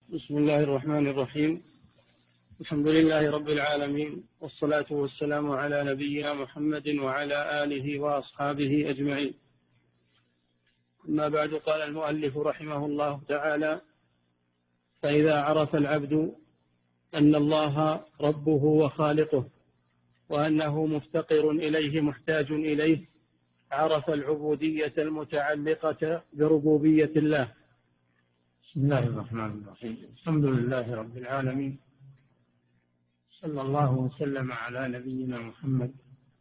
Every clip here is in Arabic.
بسم الله الرحمن الرحيم. الحمد لله رب العالمين، والصلاة والسلام على نبينا محمد وعلى آله وأصحابه أجمعين. أما بعد، قال المؤلف رحمه الله تعالى: فإذا عرف العبد أن الله ربه وخالقه وأنه مفتقر إليه محتاج إليه، عرف العبودية المتعلقة بربوبية الله. بسم الله الرحمن الرحيم. الحمد لله رب العالمين، صلى الله وسلم على نبينا محمد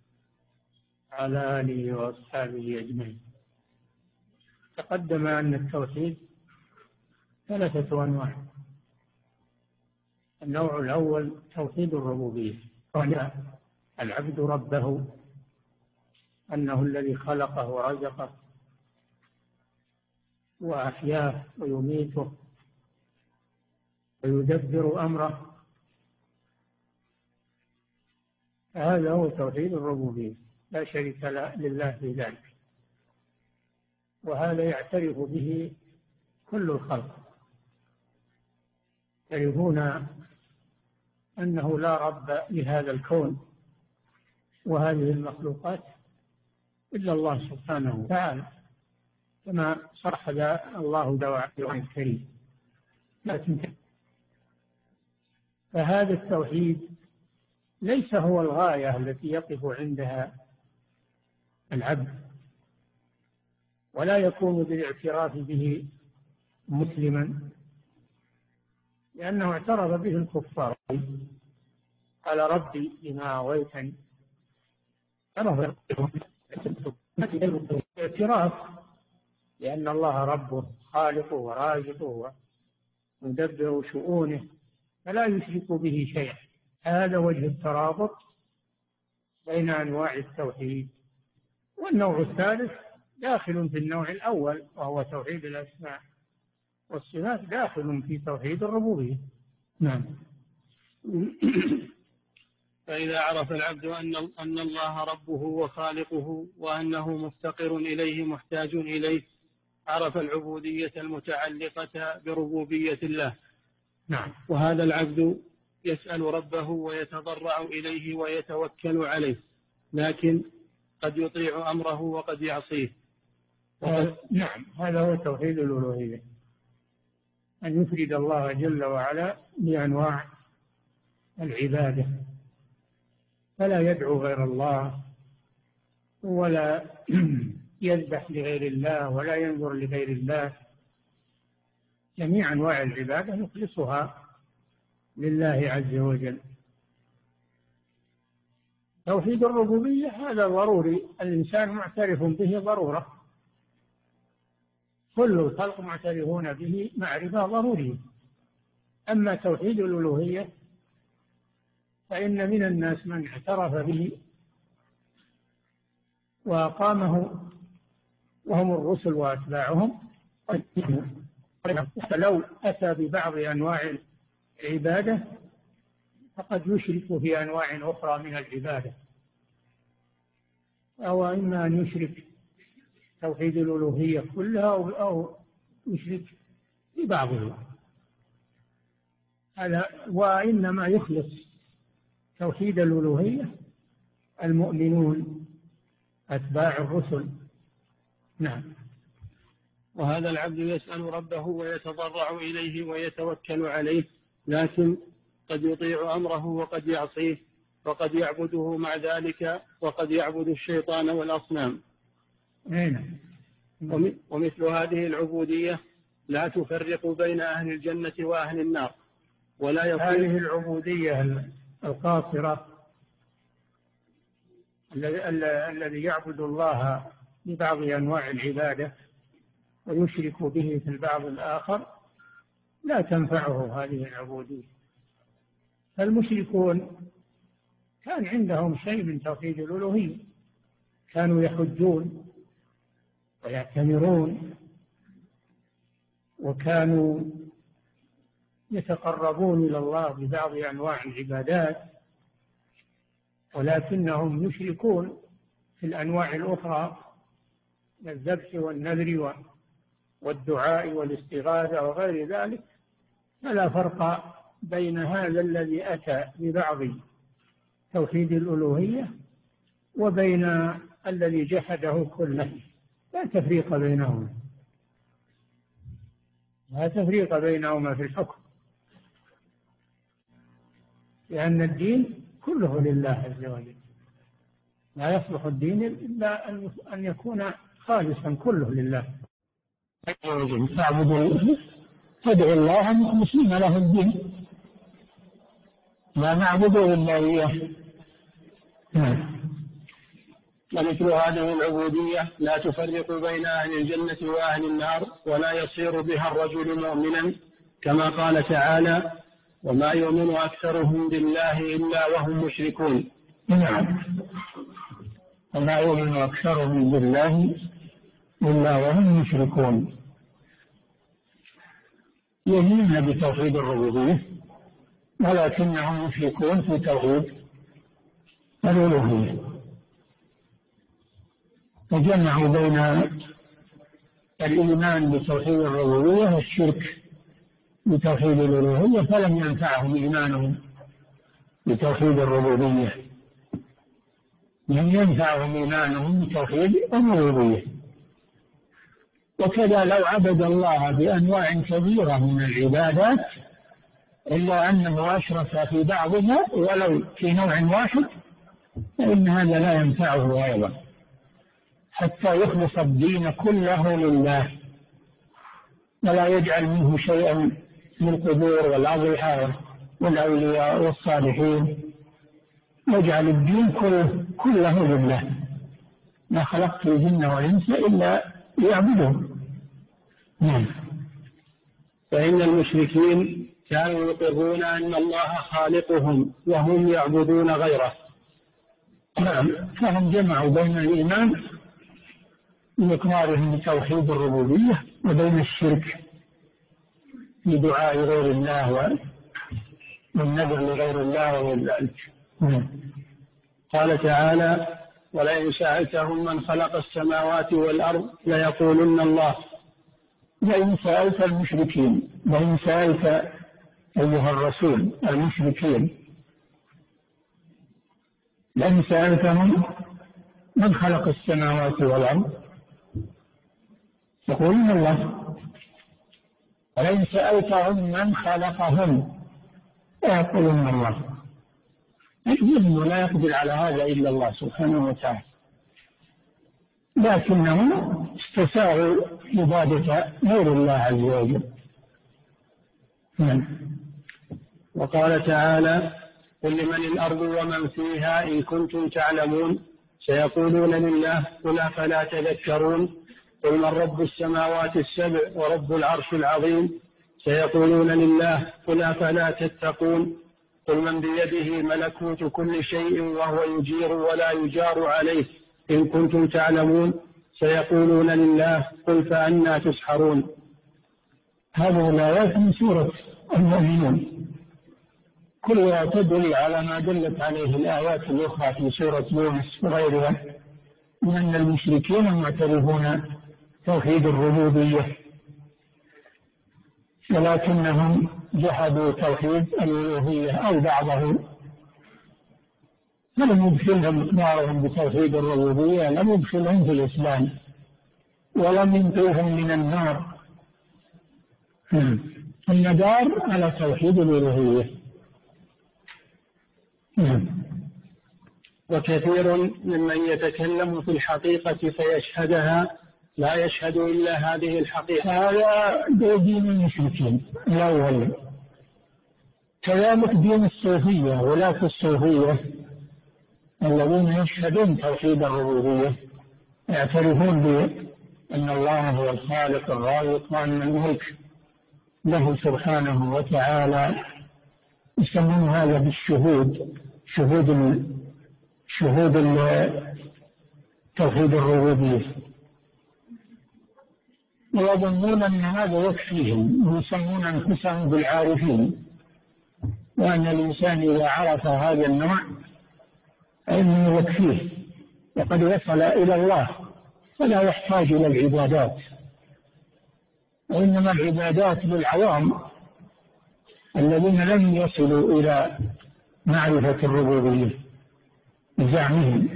وعلى آله وأصحابه أجمعين. تقدم أن التوحيد ثلاثة أنواع. النوع الأول توحيد الربوبية، وهي العبد ربه، أنه الذي خلقه ورزقه وأحياه ويميته ويدبر أمره. هذا هو توحيد الربوبية، لا شريك لله في ذلك، وهذا يعترف به كل الخلق، يعرفون أنه لا رب لهذا الكون وهذه المخلوقات إلا الله سبحانه وتعالى، كما صرح الله دواعي الكريم. فهذا التوحيد ليس هو الغاية التي يقف عندها العبد، ولا يكون بالاعتراف به مسلما، لأنه اعترف به الكفار. قال ربي بما أغويتني، اعتراف لأن الله ربه خالقه ورازقه ومدبر شؤونه، فلا يشرك به شيئا. هذا وجه الترابط بين أنواع التوحيد. والنوع الثالث داخل في النوع الأول، وهو توحيد الأسماء والصفات، داخل في توحيد الربوبية. نعم. فإذا عرف العبد أن الله ربه وخالقه وأنه مفتقر إليه محتاج إليه، عرف العبودية المتعلقة بربوبية الله. نعم. وهذا العبد يسأل ربه ويتضرع إليه ويتوكل عليه، لكن قد يطيع أمره وقد يعصيه. نعم، هذا هو توحيد الألوهية، أن يفرد الله جل وعلا بأنواع العبادة، فلا يدعو غير الله، ولا يذبح لغير الله، ولا ينظر لغير الله. جميع أنواع العبادة يخلصها لله عز وجل. توحيد الربوبية هذا ضروري، الإنسان معترف به ضرورة، كل الخلق معترفون به معرفة ضرورية. أما توحيد الألوهية فإن من الناس من اعترف به وأقامه، وهم الرسل وأتباعهم، فلو أتى ببعض أنواع العبادة فقد يشرك في أنواع أخرى من العبادة، أو إما أن يشرك توحيد الألوهية كلها أو يشرك ببعضها. وإنما يخلص توحيد الألوهية المؤمنون أتباع الرسل. نعم. وهذا العبد يسأل ربه ويتضرع إليه ويتوكل عليه، لكن قد يطيع أمره وقد يعصيه، وقد يعبده مع ذلك، وقد يعبد الشيطان والأصنام. ومثل هذه العبودية لا تفرق بين أهل الجنة وأهل النار، ولا يكون هذه العبودية القاصرة الذي يعبد الله ببعض أنواع العبادة ويشرك به في البعض الآخر لا تنفعه هذه العبودية. فالمشركون كان عندهم شيء من توحيد الألوهية، كانوا يحجون ويعتمرون، وكانوا يتقربون إلى الله ببعض أنواع العبادات، ولكنهم يشركون في الأنواع الأخرى من الذبح والنذر والدعاء والاستغاثة وغير ذلك، فلا فرق بين هذا الذي أتى ببعض توحيد الألوهية وبين الذي جحده كله، لا تفريق بينهما، لا تفريق بينهما في الحكم، لأن الدين كله لله عز وجل، لا يصلح الدين إلا أن يكون خالصا كله لله. تدعو الله مخلصين له الدين، لا نعبد إلا إياه. ومثل هذه العبودية لا تفرق بين أهل الجنة وأهل النار، ولا يصير بها الرجل مؤمنا، كما قال تعالى: وما يؤمن أكثرهم بالله إلا وهم مشركون. نعم، وما يؤمن أكثرهم بالله إلا وهم مشركون، يؤمنون بتوحيد الربوبية ولكنهم مشركون في توحيد الألوهية، فجمعوا بين الإيمان بتوحيد الربوبية والشرك بتوحيد الألوهية، فلم ينفعهم إيمانهم بتوحيد الربوبية، لم ينفعهم إيمانهم بتوحيد الربوبية. وكذا لو عبد الله بأنواع كبيرة من العبادات إلا أنه أشرك في بعضها ولو في نوع واحد، فإن هذا لا ينفعه أيضا، حتى يخلص الدين كله لله ولا يجعل منه شيئا من القبور والأضرحة والأولياء والصالحين، يجعل الدين كله لله. ما خلقت الجن والإنس إلا ليعبدون. فإن المشركين كانوا يقرون أن الله خالقهم وهم يعبدون غيره. فهم جمعوا بين الإيمان بإقرارهم بتوحيد الربوبية وبين الشرك في دعاء غير الله والنذر لغير الله وذلك. قال تعالى: ولئن سألتهم من خلق السماوات والأرض ليقولن الله. لئن سألت المشركين، لئن سألت أيها الرسول المشركين، لئن سألتهم من خلق السماوات والأرض يقولون الله، ولئن سألتهم من خلقهم يقولون الله. العلم لا يقدر على هذا إلا الله سبحانه وتعالى، لكنهم استساغوا عبادة غير الله عز وجل. وقال تعالى: قل لمن الأرض ومن فيها إن كنتم تعلمون سيقولون لله قل أفلا تذكرون قل من رب السماوات السبع ورب العرش العظيم سيقولون لله قل أفلا تتقون قل من بيده ملكوت كل شيء وهو يجير ولا يجار عليه إن كنتم تعلمون سيقولون لله قل فأنى تسحرون. هذه الآيات من سورة المؤمنون كلها تدل على ما دلت عليه الآيات الأخرى في سورة يونس وغيرها من أن المشركين معترفون توحيد الربوبية، ولكنهم جحدوا توحيد الألوهية أو بعضه، فلم يدخلهم إقرارهم بتوحيد الربوبية، لم يدخلهم في الإسلام ولم ينقذهم من النار. المدار على توحيد الألوهية. وكثير ممن يتكلم في الحقيقة فيشهدها لا يشهد إلا هذه الحقيقة. هذا دين المشركين الأول. كذلك دين الصوفية، ولاة الصوفية الذين يشهدون توحيد الربوبية يعترفون بأن الله هو الخالق الرازق وأن الملك له سبحانه وتعالى، يسمون هذا بالشهود، شهود توحيد الربوبية، ويظنون أن هذا يكفيهم، ويسمون أنفسهم بالعارفين، وأن الإنسان إذا عرف هذا النوع فإنه يكفيه وقد وصل إلى الله فلا يحتاج إلى العبادات، وإنما العبادات للعوام الذين لم يصلوا إلى معرفة الربوبية بزعمهم،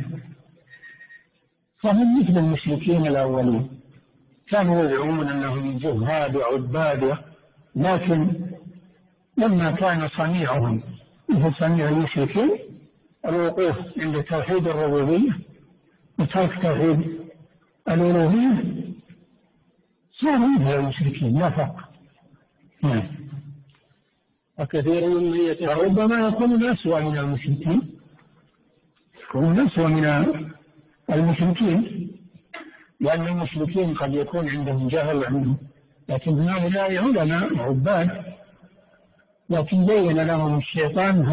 فهم مثل المشركين الأولين، كانوا يدعون أنهم جهاد وعباد، لكن لما كان صنيعهم مثل صنيع المشركين الوقوف عند توحيد الربوبية وترك توحيد الألوهية، صاروا مثل المشركين لا فرق. وكثير ممن ربما يكون الأسوأ من المشركين، يكون الأسوأ من المشركين، لأن المشركين قد يكون عندهم جهل عنهم، لكن هؤلاء علماء عباد، لكن بين لهم الشيطان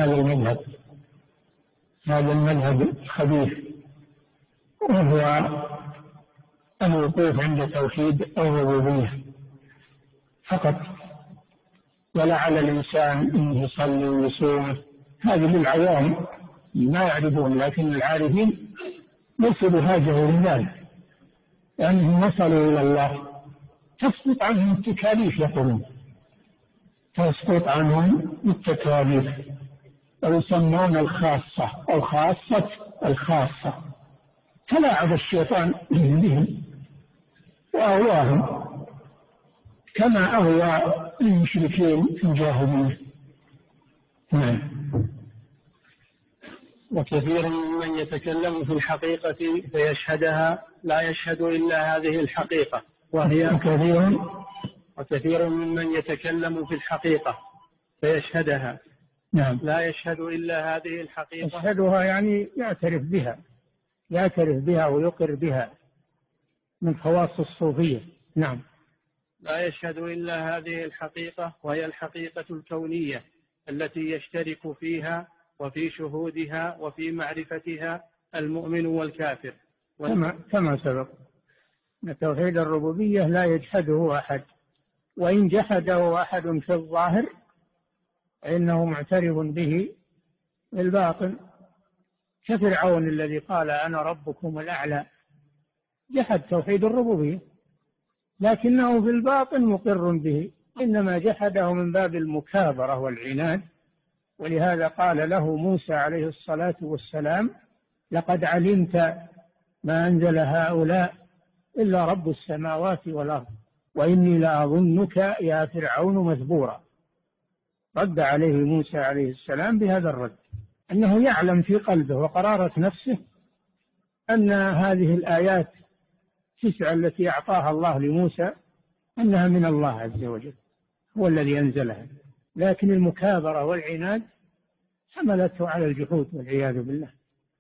هذا المذهب الخبيث، وهو الوقوف عند توحيد الربوبية فقط، ولا على الإنسان أن يصلي ويصوم، هذه للعوام ما يعرفون، لكن العارفين ليسوا بحاجة لذلك، لأنهم وصلوا إلى الله تسقط عنهم التكاليف، يقولون تسقط عنهم التكاليف، ويسمون الخاصة أو خاصة الخاصة، تلاعب الشيطان بهم وأهواهم كما أهوى المشركين في الجاهلية. وكثير ممن يتكلم في الحقيقة فيشهدها لا يشهد إلا هذه الحقيقة، وكثير ممن يتكلم في الحقيقة فيشهدها لا يشهد إلا هذه الحقيقة. يشهدها يعني يعترف بها ويقر بها، من خواص الصوفية. لا يشهد إلا هذه الحقيقة، وهي الحقيقة الكونية التي يشترك فيها وفي شهودها وفي معرفتها المؤمن والكافر. كما سبق أن توحيد الربوبية لا يجحده أحد، وإن جحده أحد في الظاهر فإنه معترف به بالباطن، كفرعون الذي قال أنا ربكم الأعلى، جحد توحيد الربوبية لكنه في الباطن مقر به، إنما جحده من باب المكابرة والعناد. ولهذا قال له موسى عليه الصلاة والسلام لقد علمت ما أنزل هؤلاء إلا رب السماوات والأرض وإني لأظنك يا فرعون مثبورا. رد عليه موسى عليه السلام بهذا الرد، أنه يعلم في قلبه وقرارة نفسه أن هذه الآيات 9 التي أعطاها الله لموسى أنها من الله عز وجل، هو الذي أنزلها، لكن المكابرة والعناد حملته على الجحود والعياذ بالله.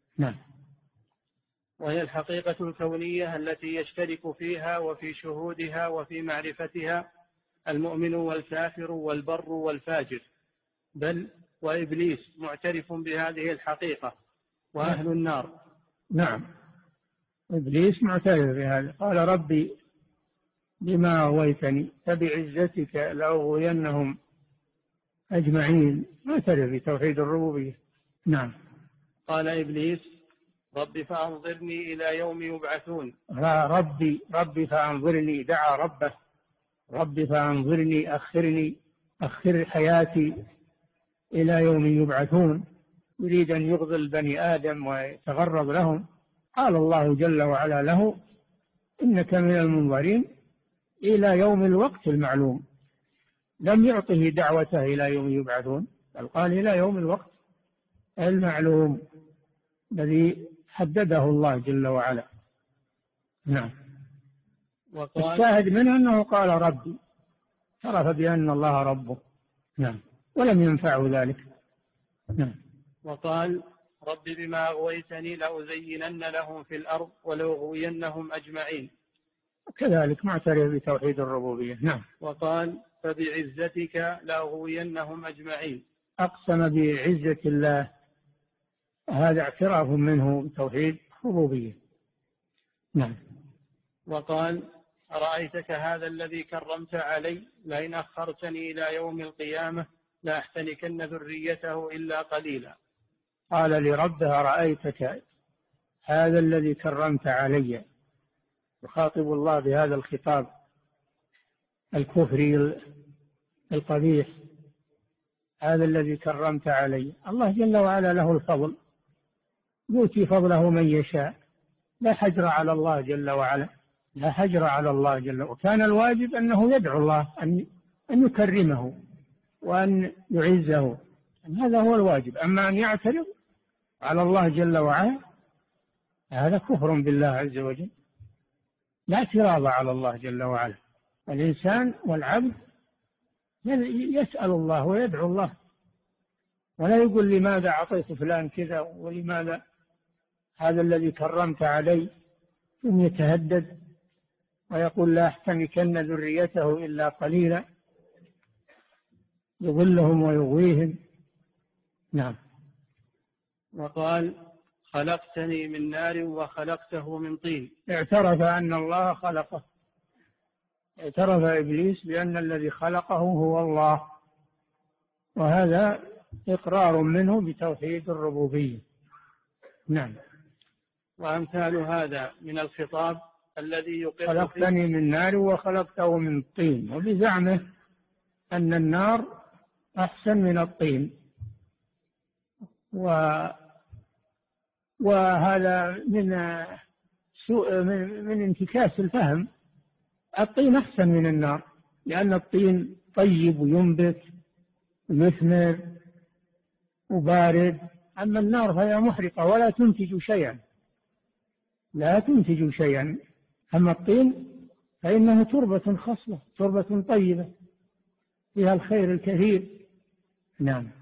وهي الحقيقة الكونية التي يشترك فيها وفي شهودها وفي معرفتها المؤمن والكافر والبر والفاجر، بل وإبليس معترف بهذه الحقيقة وأهل النار. إبليس معترف بهذا، قال ربي بما أغويتني فبعزتك لأغوينهم أجمعين، معترف بتوحيد الربوبية. قال إبليس ربي فأنظرني إلى يوم يبعثون. ربي فأنظرني، دعا ربه ربي فأنظرني، أخر حياتي إلى يوم يبعثون، يريد أن يغضل بني آدم ويتغرض لهم. قال الله جل وعلا له إنك من المنظرين إلى يوم الوقت المعلوم، لم يعطه دعوته إلى يوم يبعثون، بل قال إلى يوم الوقت المعلوم الذي حدده الله جل وعلا. الشاهد منه أنه قال ربي، عرف بأن الله ربه، ولم ينفعه ذلك. وقال رب بما أغويتني لأزينن لهم في الأرض ولأغوينهم أجمعين، كذلك معترف بتوحيد الربوبية. وقال فبعزتك لأغوينهم أجمعين، أقسم بعزة الله، هذا اعتراف منه بتوحيد الربوبية. وقال أرأيتك هذا الذي كرمت علي لئن أخرتني إلى يوم القيامة لأحتنكن ذريته إلا قليلا. قال لربه أرأيتك هذا الذي كرمت علي، يخاطب الله بهذا الخطاب الكفري القبيح، هذا الذي كرمت علي. الله جل وعلا له الفضل، يؤتي فضله من يشاء، لا حجر على الله جل وعلا، لا حجر على الله جل وعلا. وكان الواجب أنه يدعو الله أن يكرمه وأن يعزه، هذا هو الواجب. أما أن يعترض على الله جل وعلا هذا كفر بالله عز وجل، لا اعتراض على الله جل وعلا. الإنسان والعبد يسأل الله ويدعو الله، ولا يقول لماذا أعطيت فلان كذا ولماذا هذا الذي كرمت علي، ثم يتهدد ويقول لا أحتمكن ذريته إلا قليلا، يضلهم ويغويهم. نعم. وقال خلقتني من نار وخلقته من طين. اعترف أن الله خلقه، اعترف إبليس بأن الذي خلقه هو الله، وهذا إقرار منه بتوحيد الربوبية. نعم. وأمثال هذا من الخطاب الذي يقر خلقتني من نار وخلقته من طين، وبزعمه أن النار أحسن من الطين، وهذا من انتكاس الفهم. الطين أحسن من النار، لأن الطين طيب وينبت ويثمر وبارد، أما النار فهي محرقة ولا تنتج شيئا، لا تنتج شيئا. أما الطين فإنه تربة خصبة، تربة طيبة فيها الخير الكثير. نعم.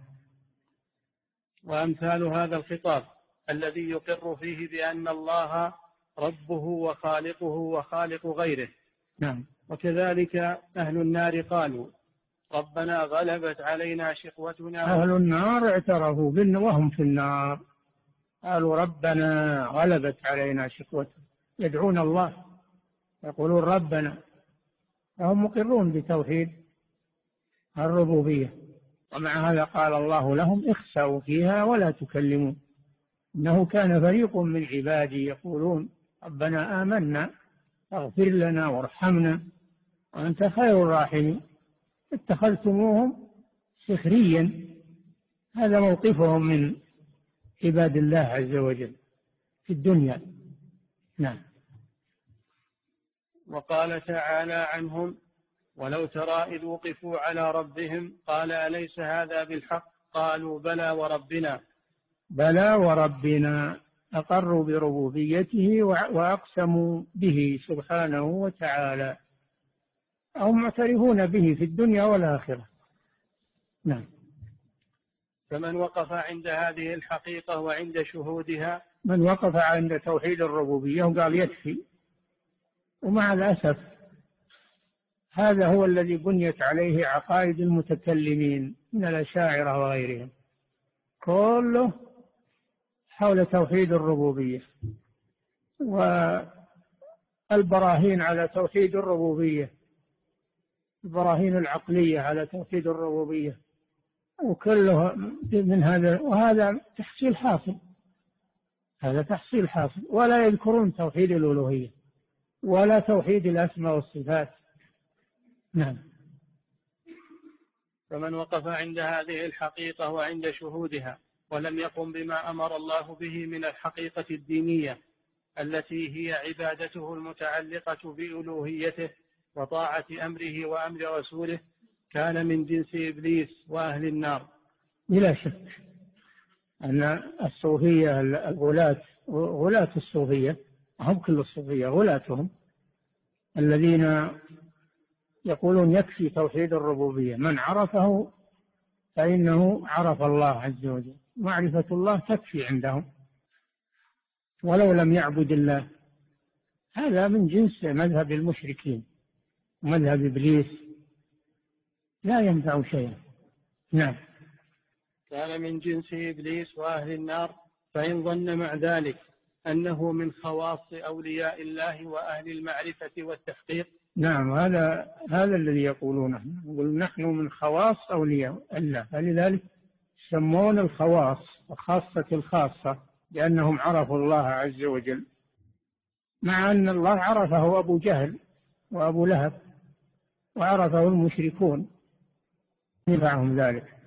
وأمثال هذا الخطاب الذي يقر فيه بأن الله ربه وخالقه وخالق غيره. نعم. وكذلك أهل النار قالوا ربنا غلبت علينا شقوتنا. أهل النار اعترفوا وهم في النار، قالوا ربنا غلبت علينا شقوتنا، يدعون الله يقولون ربنا، فهم مقرون بتوحيد الربوبية. ومع هذا قال الله لهم اخسأوا فيها ولا تكلمون، إنه كان فريق من عبادي يقولون ربنا آمنا فاغفر لنا وارحمنا وأنت خير الراحمين، اتخذتموهم سخريا. هذا موقفهم من عباد الله عز وجل في الدنيا. نعم. وقال تعالى عنهم ولو ترى إذ وقفوا على ربهم قال أليس هذا بالحق قالوا بلى وربنا. بلى وربنا، أقروا بربوبيته وأقسموا به سبحانه وتعالى، هم معترفون به في الدنيا والآخرة. نعم. فمن وقف عند هذه الحقيقة وعند شهودها، من وقف عند توحيد الربوبية وقال يكفي، ومع الأسف هذا هو الذي بنيت عليه عقائد المتكلمين من الأشاعرة وغيرهم، كله حول توحيد الربوبية، والبراهين على توحيد الربوبية، البراهين العقلية على توحيد الربوبية، وكله من هذا، وهذا تحصيل حاصل، هذا تحصيل حاصل، ولا يذكرون توحيد الألوهية ولا توحيد الأسماء والصفات. نعم. فمن وقف عند هذه الحقيقة وعند شهودها ولم يقم بما أمر الله به من الحقيقة الدينية التي هي عبادته المتعلقة بألوهيته وطاعة أمره وأمر رسوله كان من جنس إبليس وأهل النار. بلا شك أن الصوفية غلاة الصوفية، هم كل الصوفية غلاتهم الذين يقولون يكفي توحيد الربوبية، من عرفه فإنه عرف الله عز وجل، معرفة الله تكفي عندهم ولو لم يعبد الله. هذا من جنس مذهب المشركين ومذهب إبليس، لا ينفع شيئا. نعم. كان من جنس إبليس وأهل النار، فإن ظن مع ذلك أنه من خواص أولياء الله وأهل المعرفة والتحقيق. نعم، هذا الذي يقولونه، يقول نحن من خواص أولياء الله، فلذلك يسمون الخواص وخاصة الخاصة لأنهم عرفوا الله عز وجل، مع أن الله عرفه أبو جهل وأبو لهب وعرفه المشركون، ينفعهم ذلك.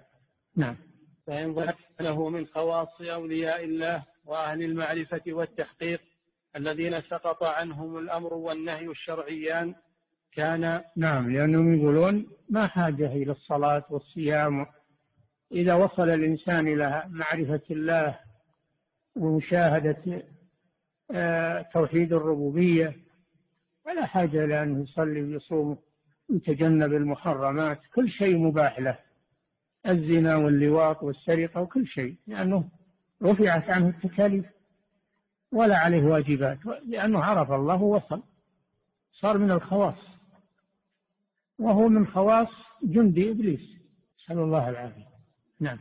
نعم. فإن ظن له من خواص أولياء الله وأهل المعرفة والتحقيق الذين سقط عنهم الأمر والنهي الشرعيان كان. نعم، لأنهم يقولون ما حاجة إلى الصلاة والصيام، إذا وصل الإنسان إلى معرفة الله ومشاهدة توحيد الربوبية ولا حاجة إلى أن يصلي ويصوم ويتجنب المحرمات، كل شيء مباح له، الزنا واللواط والسرقة وكل شيء، لأنه رفعت عنه التكاليف ولا عليه واجبات، لأنه عرف الله ووصل، صار من الخواص، وهو من خواص جندي إبليس، نسأل الله العافية. نعم.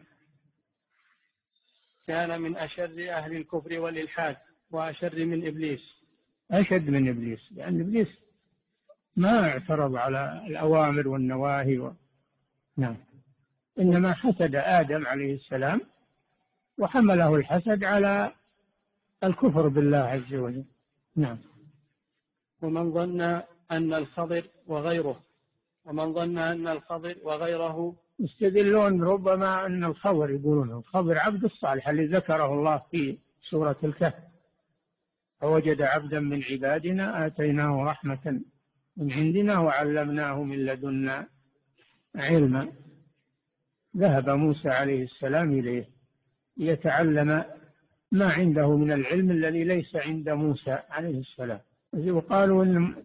كان من أشر أهل الكفر والإلحاد وأشر من إبليس. أشد من إبليس، لأن إبليس ما اعترض على الأوامر والنواهي نعم، إنما حسد آدم عليه السلام وحمله الحسد على الكفر بالله عز وجل. نعم. ومن ظن أن الخضر وغيره يستدلون ربما أن الخضر، يقولون الخضر عبد الصالح اللي ذكره الله في سورة الكهف، فوجد عبدا من عبادنا آتيناه رحمة من عندنا وعلمناه من لدنا علما. ذهب موسى عليه السلام إليه ليتعلم ما عنده من العلم الذي ليس عند موسى عليه السلام، وقالوا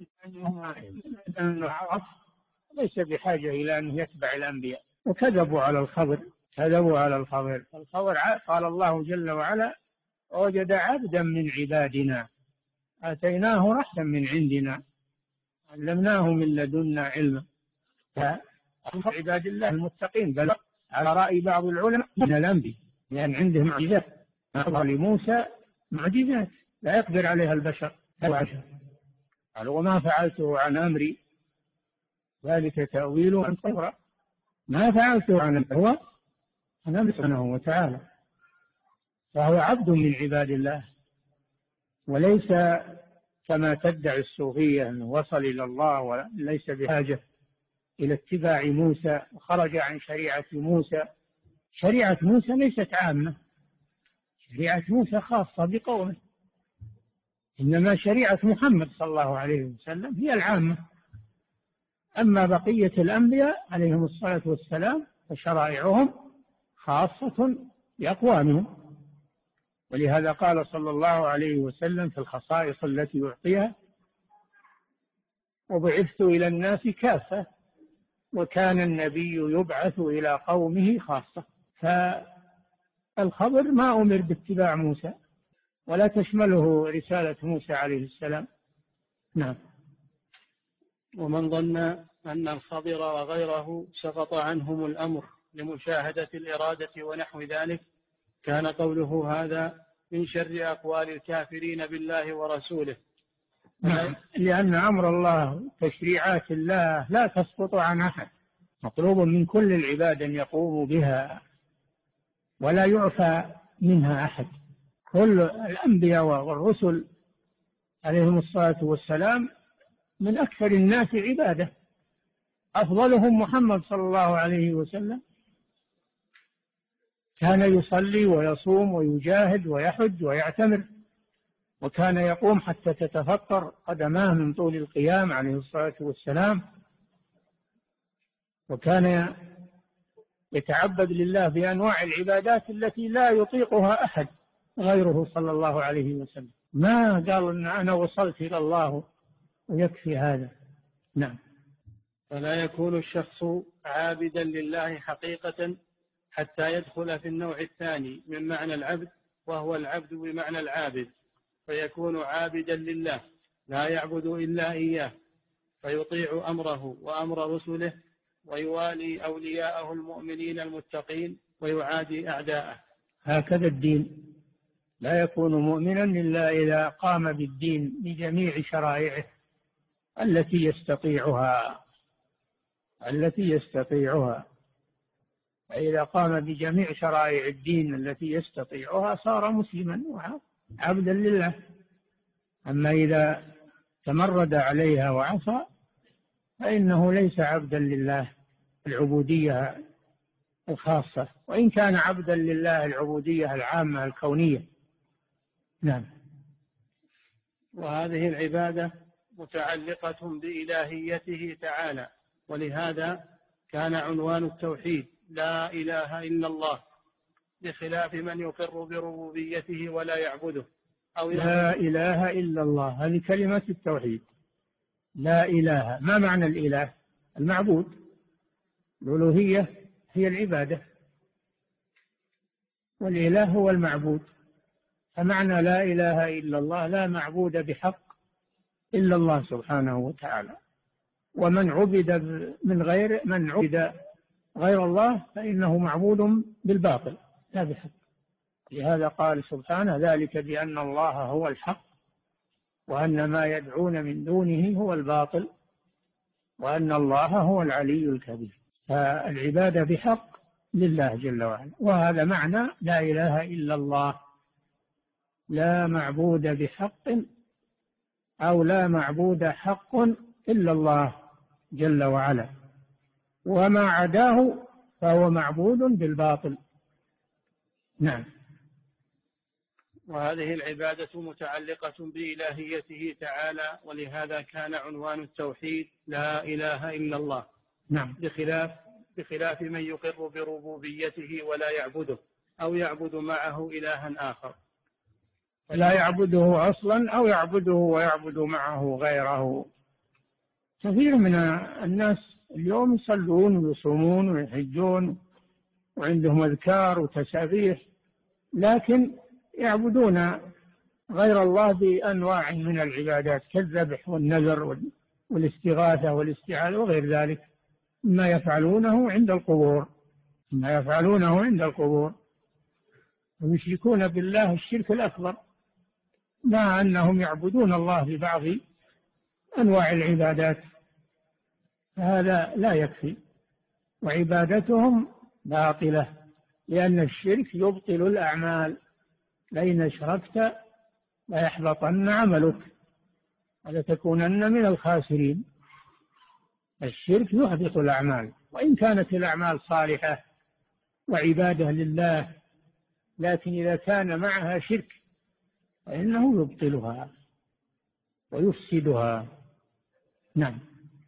أنه عرف ليس بحاجة إلى أن يتبع الأنبياء، وكذبوا على الخضر. الخضر قال الله جل وعلا وجد عبدا من عبادنا آتيناه رحمة من عندنا علمناه من لدنا علما. عباد الله المتقين، بل على رأي بعض العلماء من الأنبياء، لأن عندهم معجزات، لموسى معجزات لا يقدر عليها البشر. قال وما فعلته عن أمري ذلك تأويل عن صبرا، ما فعلته عن أمري هو عن أمري سبحانه وتعالى، فهو عبد من عباد الله، وليس كما تدعي الصوفية أنه وصل إلى الله وليس بحاجة إلى اتباع موسى وخرج عن شريعة موسى. شريعة موسى ليست عامة، شريعة موسى خاصة بقومه، إنما شريعة محمد صلى الله عليه وسلم هي العامة، أما بقية الأنبياء عليهم الصلاة والسلام فشرائعهم خاصة بأقوامهم. ولهذا قال صلى الله عليه وسلم في الخصائص التي يعطيها وبعثت إلى الناس كافة وكان النبي يبعث إلى قومه خاصة. فالخضر ما أمر باتباع موسى ولا تشمله رسالة موسى عليه السلام. نعم. ومن ظن أن الخضر وغيره سقط عنهم الأمر لمشاهدة الإرادة ونحو ذلك كان قوله هذا من شر أقوال الكافرين بالله ورسوله. نعم. لأن أمر الله تشريعات الله لا تسقط عن أحد، مطلوب من كل العباد أن يقوموا بها ولا يعفى منها أحد. كل الأنبياء والرسل عليهم الصلاة والسلام من أكثر الناس عبادة، أفضلهم محمد صلى الله عليه وسلم، كان يصلي ويصوم ويجاهد ويحج ويعتمر، وكان يقوم حتى تتفطر قدماه من طول القيام عليه الصلاة والسلام، وكان يتعبد لله بأنواع العبادات التي لا يطيقها أحد غيره صلى الله عليه وسلم. ما قال إن أنا وصلت إلى الله ويكفي هذا. نعم. فلا يكون الشخص عابدا لله حقيقة حتى يدخل في النوع الثاني من معنى العبد، وهو العبد بمعنى العابد، فيكون عابدا لله لا يعبد إلا إياه، فيطيع أمره وأمر رسله ويوالي أولياءه المؤمنين المتقين ويعادي أعداءه. هكذا الدين، لا يكون مؤمنا إلا إذا قام بالدين بجميع شرائعه التي يستطيعها، فإذا قام بجميع شرائع الدين التي يستطيعها صار مسلما وعبدا لله. أما إذا تمرد عليها وعصى فإنه ليس عبدا لله. العبودية الخاصة، وإن كان عبدا لله العبودية العامة الكونية. نعم. وهذه العبادة متعلقة بإلهيته تعالى، ولهذا كان عنوان التوحيد لا إله إلا الله، بخلاف من يقر بربوبيته ولا يعبده أو لا إله إلا الله، هذه كلمة التوحيد. لا إله، ما معنى الإله؟ المعبود. الألوهية هي العبادة، والإله هو المعبود. فمعنى لا إله إلا الله لا معبود بحق إلا الله سبحانه وتعالى، ومن عبد من عبد غير الله فإنه معبود بالباطل لا بحق. لهذا قال سبحانه: ذلك بأن الله هو الحق وأن ما يدعون من دونه هو الباطل وأن الله هو العلي الكبير. فالعبادة بحق لله جل وعلا، وهذا معنى لا إله إلا الله. لا معبود بحق أو لا معبود حق إلا الله جل وعلا، وما عداه فهو معبود بالباطل. نعم. وهذه العبادة متعلقة بإلهيته تعالى، ولهذا كان عنوان التوحيد لا إله إلا الله. نعم. بخلاف من يقر بربوبيته ولا يعبده أو يعبد معه إلها آخر، لا يعبده أصلا أو يعبده ويعبد معه غيره. كثير من الناس اليوم يصلون ويصومون ويحجون وعندهم أذكار وتسابيح، لكن يعبدون غير الله بأنواع من العبادات كالذبح والنذر والاستغاثة والاستعاذة وغير ذلك ما يفعلونه عند القبور. ويشركون بالله الشرك الأكبر، مع أنهم يعبدون الله ببعض أنواع العبادات. هذا لا يكفي، وعبادتهم باطلة، لأن الشرك يبطل الأعمال. لئن أشركت ليحبطن عملك ولتكونن من الخاسرين. الشرك يحبط الأعمال، وإن كانت الأعمال صالحة وعبادة لله، لكن إذا كان معها شرك فإنه يبطلها ويفسدها. نعم.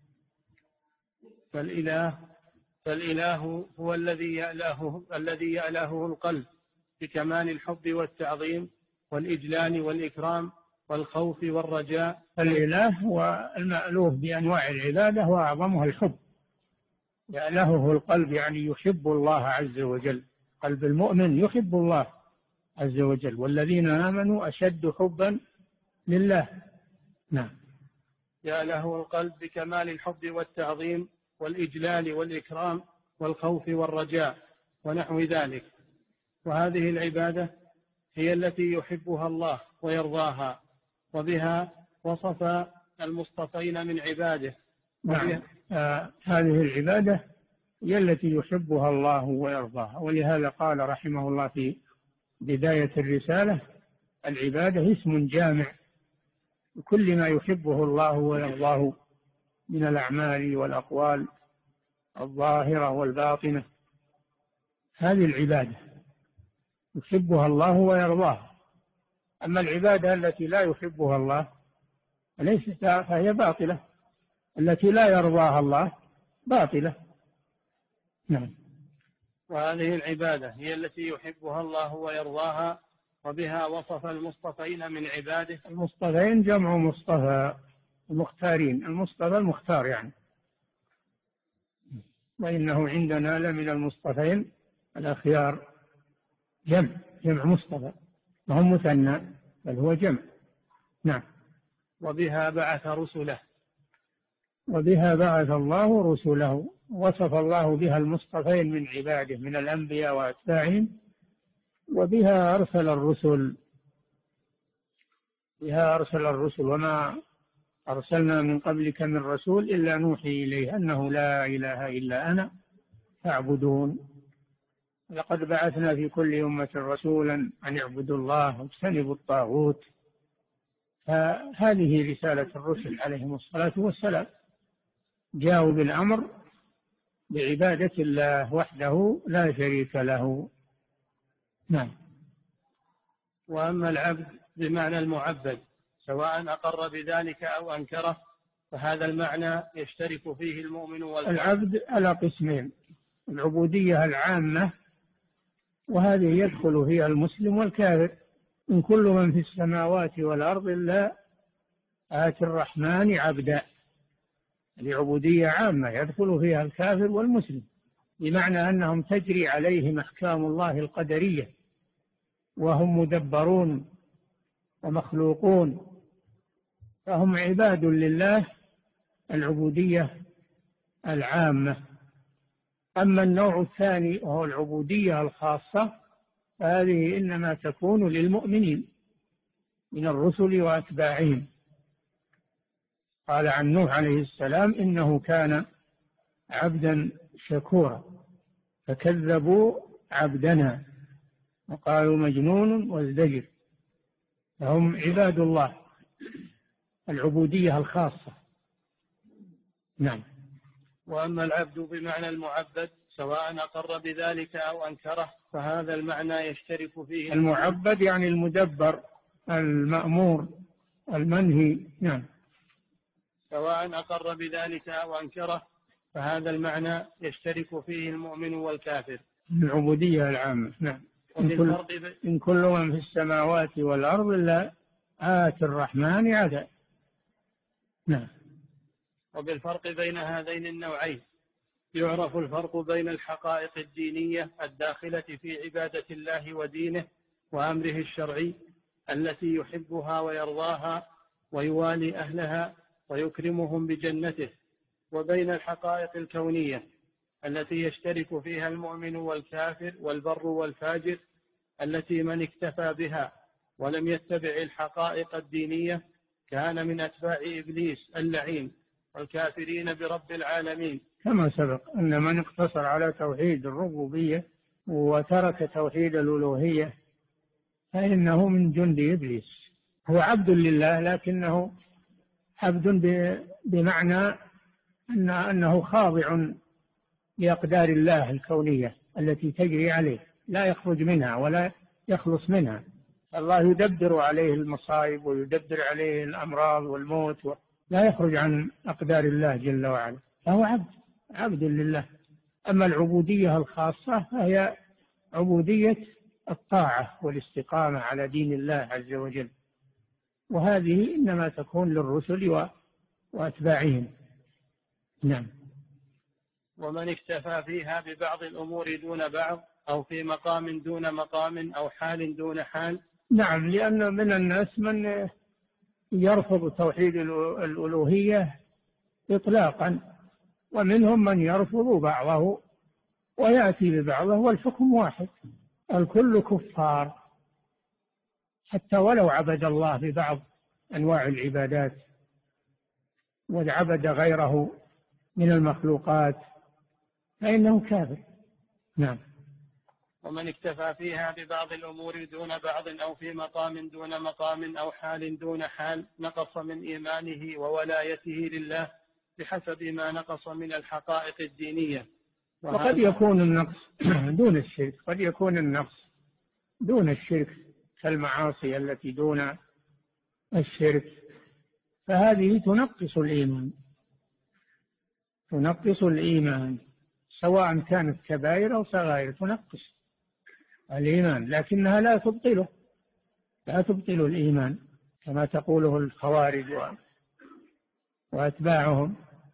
فالإله هو الذي يألهه القلب بكمال الحب والتعظيم والإجلال والإكرام والخوف والرجاء. الإله هو المألوه بأنواع العبادة وأعظمها الحب. يألهه القلب يعني يحب الله عز وجل. قلب المؤمن يحب الله عز وجل، والذين آمنوا أشد حبا لله. نعم. يألهه القلب بكمال الحب والتعظيم والإجلال والإكرام والخوف والرجاء ونحو ذلك. وهذه العبادة هي التي يحبها الله ويرضاها، وبها وصف المصطفين من عباده. نعم. هذه العبادة هي التي يحبها الله ويرضاها، ولهذا قال رحمه الله في بداية الرسالة: العبادة اسم جامع لكل ما يحبه الله ويرضاه من الأعمال والأقوال الظاهرة والباطنة. هذه العبادة يحبها الله ويرضاها. أما العبادة التي لا يحبها الله ليست فهي باطلة، التي لا يرضاها الله باطلة. نعم. وهذه العبادة هي التي يحبها الله ويرضاها، وبها وصف المصطفين من عباده. المصطفين جمع مصطفى، المختارين. المصطفى المختار يعني، وإنه عندنا لمن المصطفين الأخيار. جمع مصطفى، وهم مثنى بل هو جمع. نعم. وبها بعث رسله. وبها بعث الله رسله. وصف الله بها المصطفين من عباده من الأنبياء وأتباعهم، وبها أرسل الرسل. بها أرسل الرسل، وما أرسلنا من قبلك من رسول إلا نوحي إليه أنه لا إله إلا أنا فاعبدون. لقد بعثنا في كل أمة رسولا أن اعبدوا الله واجتنبوا الطاغوت. فهذه رسالة الرسل عليهم الصلاة والسلام، جاءوا بالأمر بعبادة الله وحده لا شريك له. نعم. وأما العبد بمعنى المعبد سواء أقر بذلك أو أنكره فهذا المعنى يشترك فيه المؤمن والكافر. العبد على قسمين: العبودية العامة، وهذه يدخل فيها المسلم والكافر. إن كل من في السماوات والأرض إلا آتي الرحمن عبدا. العبودية عامة يدخل فيها الكافر والمسلم، بمعنى أنهم تجري عليهم أحكام الله القدرية، وهم مدبرون ومخلوقون، فهم عباد لله، العبودية العامة. أما النوع الثاني وهو العبودية الخاصة فهذه إنما تكون للمؤمنين من الرسل وأتباعهم. قال عن نوح عليه السلام: إنه كان عبدا شكورا، فكذبوا عبدنا وقالوا مجنون وازدجر. فهم عباد الله، العبودية الخاصة. نعم. وأما العبد بمعنى المعبد سواء أقر بذلك أو أنكره فهذا المعنى يشترك فيه المعبد يعني المدبر، المأمور، المنهي. نعم. سواء أقر بذلك أو أنكره فهذا المعنى يشترك فيه المؤمن والكافر. العبودية العامة. نعم. إن كل من في السماوات والأرض إلا آتي الرحمن عبدا. نعم. وبالفرق بين هذين النوعين يعرف الفرق بين الحقائق الدينية الداخلة في عبادة الله ودينه وأمره الشرعي التي يحبها ويرضاها ويوالي أهلها ويكرمهم بجنته، وبين الحقائق الكونية التي يشترك فيها المؤمن والكافر والبر والفاجر، التي من اكتفى بها ولم يتبع الحقائق الدينية كان من أتباع إبليس اللعين والكافرين برب العالمين. كما سبق أن من اقتصر على توحيد الربوبية وترك توحيد الألوهية فإنه من جند إبليس. هو عبد لله لكنه عبد بمعنى أنه خاضع لأقدار الله الكونية التي تجري عليه، لا يخرج منها ولا يخلص منها. الله يدبر عليه المصائب ويدبر عليه الأمراض والموت، لا يخرج عن أقدار الله جل وعلا، فهو عبد لله. أما العبودية الخاصة فهي عبودية الطاعة والاستقامة على دين الله عز وجل، وهذه إنما تكون للرسل وأتباعهم. نعم. ومن اكتفى فيها ببعض الأمور دون بعض أو في مقام دون مقام أو حال دون حال. نعم، لأن من الناس من يرفض توحيد الألوهية إطلاقا، ومنهم من يرفض بعضه ويأتي ببعضه والحكم واحد، الكل كفار حتى ولو عبد الله ببعض أنواع العبادات وعبد غيره من المخلوقات فإنه كافر. نعم. ومن اكتفى فيها ببعض الأمور دون بعض أو في مقام دون مقام أو حال دون حال نقص من إيمانه وولايته لله بحسب ما نقص من الحقائق الدينية. وقد يكون النقص دون الشرك، قد يكون النقص دون الشرك كالمعاصي التي دون الشرك، فهذه تنقص الإيمان سواء كانت كبائر أو صغائر، تنقص الإيمان لكنها لا تبطل الإيمان كما تقوله الخوارج وأتباعهم.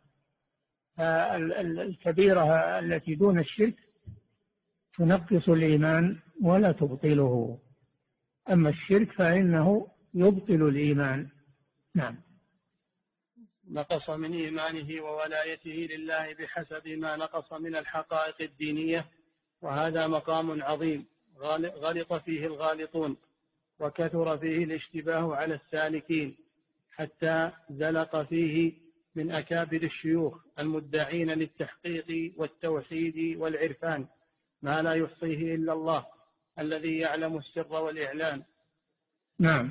الكبيرة التي دون الشرك تنقص الإيمان ولا تبطله، أما الشرك فإنه يبطل الإيمان. نعم. نقص من إيمانه وولايته لله بحسب ما نقص من الحقائق الدينية، وهذا مقام عظيم غلط فيه الغالطون وكثر فيه الاشتباه على السالكين، حتى زلق فيه من أكابر الشيوخ المدعين للتحقيق والتوحيد والعرفان ما لا يحصيه إلا الله الذي يعلم السر والإعلان. نعم،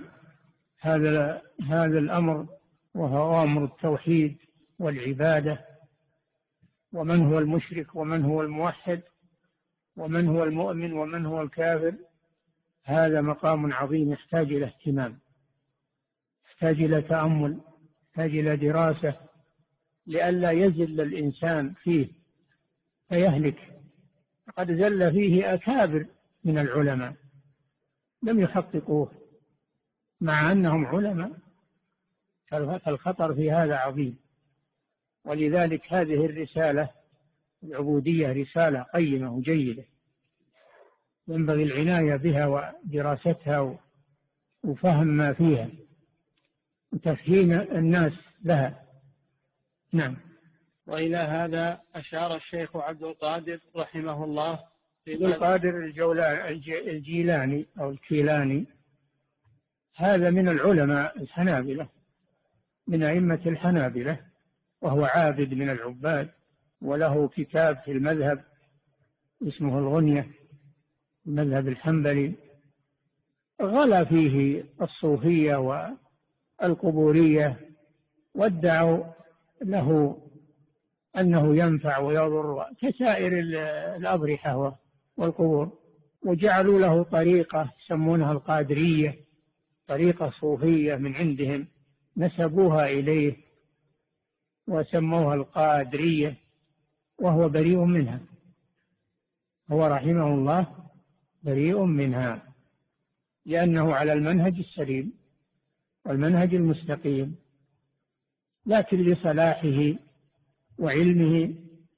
هذا الأمر وهو أمر التوحيد والعبادة ومن هو المشرك ومن هو الموحد ومن هو المؤمن ومن هو الكافر. هذا مقام عظيم يحتاج إلى اهتمام، يحتاج إلى تأمل، يحتاج إلى دراسة، لئلا يزل الإنسان فيه فيهلك. قد زل فيه أكابر من العلماء لم يحققوه مع أنهم علماء، فالخطر في هذا عظيم. ولذلك هذه الرسالة العبودية رسالة قيمة وجيدة، ينبغي العناية بها ودراستها وفهم ما فيها وتفهيم الناس لها. نعم. وإلى هذا أشار الشيخ عبد القادر رحمه الله عبد القادر الجيلاني أو الكيلاني، هذا من العلماء الحنابلة، من أئمة الحنابلة، وهو عابد من العباد، وله كتاب في المذهب اسمه الغنية، المذهب الحنبلي. غلا فيه الصوفية والقبورية، وادعوا له أنه ينفع ويضر كسائر الأضرحة والقبور، وجعلوا له طريقة يسمونها القادرية، طريقة صوفية من عندهم نسبوها إليه وسموها القادرية، وهو بريء منها، هو رحمه الله بريء منها، لأنه على المنهج السليم والمنهج المستقيم. لكن لصلاحه وعلمه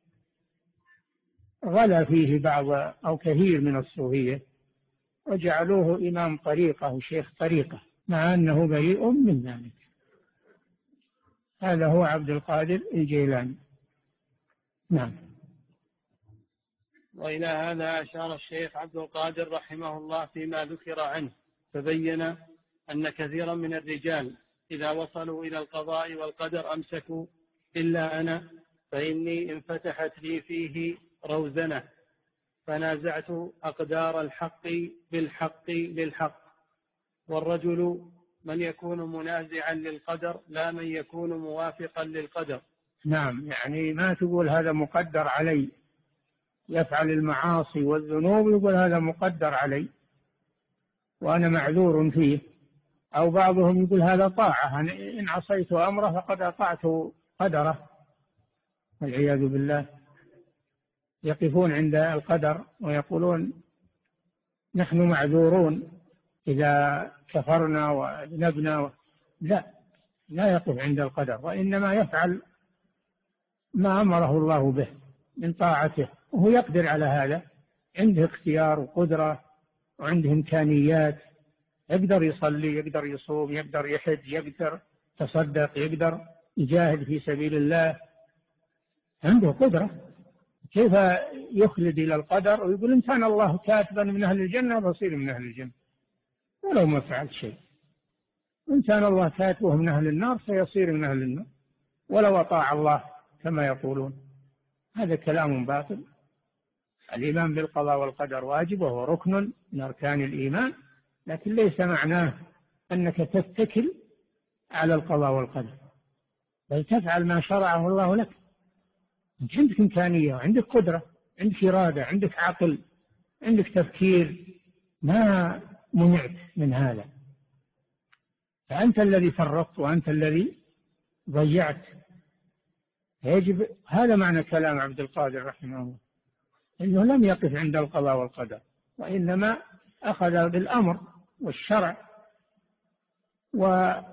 غلا فيه بعض أو كثير من الصوفية، وجعلوه إمام طريقة وشيخ طريقة مع أنه بريء من ذلك. هذا هو عبد القادر الجيلاني. نعم. وإلى هذا أشار الشيخ عبد القادر رحمه الله فيما ذكر عنه، فبين أن كثيرا من الرجال إذا وصلوا إلى القضاء والقدر أمسكوا إلا أنا فإني انفتحت لي فيه روزنة فنازعت أقدار الحق بالحق للحق. والرجل من يكون منازعا للقدر لا من يكون موافقا للقدر. نعم، يعني ما تقول هذا مقدر علي، يفعل المعاصي والذنوب يقول هذا مقدر علي وأنا معذور فيه، أو بعضهم يقول هذا طاعة، إن عصيت أمره فقد أطعت قدره، والعياذ بالله. يقفون عند القدر ويقولون نحن معذورون إذا كفرنا وذنبنا. لا يقف عند القدر، وإنما يفعل ما أمره الله به من طاعته، وهو يقدر على هذا، عنده اختيار وقدرة وعنده إمكانيات، يقدر يصلي، يقدر يصوم، يقدر يحج، يقدر يتصدق، يقدر يجاهد في سبيل الله، عنده قدرة. كيف يخلد إلى القدر ويقول إن كان الله كاتبا من أهل الجنة بصير من أهل الجنة ولو ما فعل شيء، إن كان الله كاتبه من أهل النار سيصير من أهل النار ولو أطاع الله كما يقولون. هذا كلام باطل. الإيمان بالقضاء والقدر واجب وهو ركن من أركان الإيمان، لكن ليس معناه أنك تتكل على القضاء والقدر، بل تفعل ما شرعه الله لك. أنت عندك إمكانية وعندك قدرة، عندك إرادة، عندك عقل، عندك تفكير، ما منعت من هذا، فأنت الذي فرطت وأنت الذي ضيعت. يجب، هذا معنى كلام عبد القادر رحمه الله، إنه لم يقف عند القضاء والقدر، وإنما أخذ بالأمر والشرع وعالج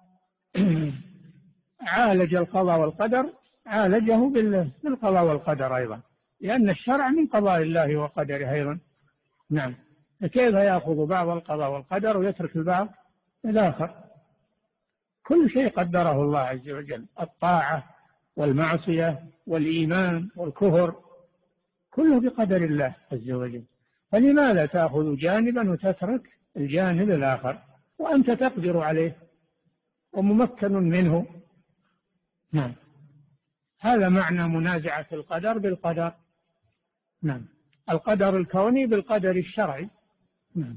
القضاء والقدر، عالجه بالقضاء والقدر أيضا، لأن الشرع من قضاء الله وقدره أيضا. نعم. فكيف يأخذ بعض القضاء والقدر ويترك البعض الآخر؟ كل شيء قدره الله عز وجل، الطاعة والمعصية والإيمان والكفر كله بقدر الله عز وجل. فلماذا تأخذ جانبا وتترك الجانب الآخر وأنت تقدر عليه وممكن منه؟ نعم. هذا معنى منازعة القدر بالقدر. نعم. القدر الكوني بالقدر الشرعي. نعم.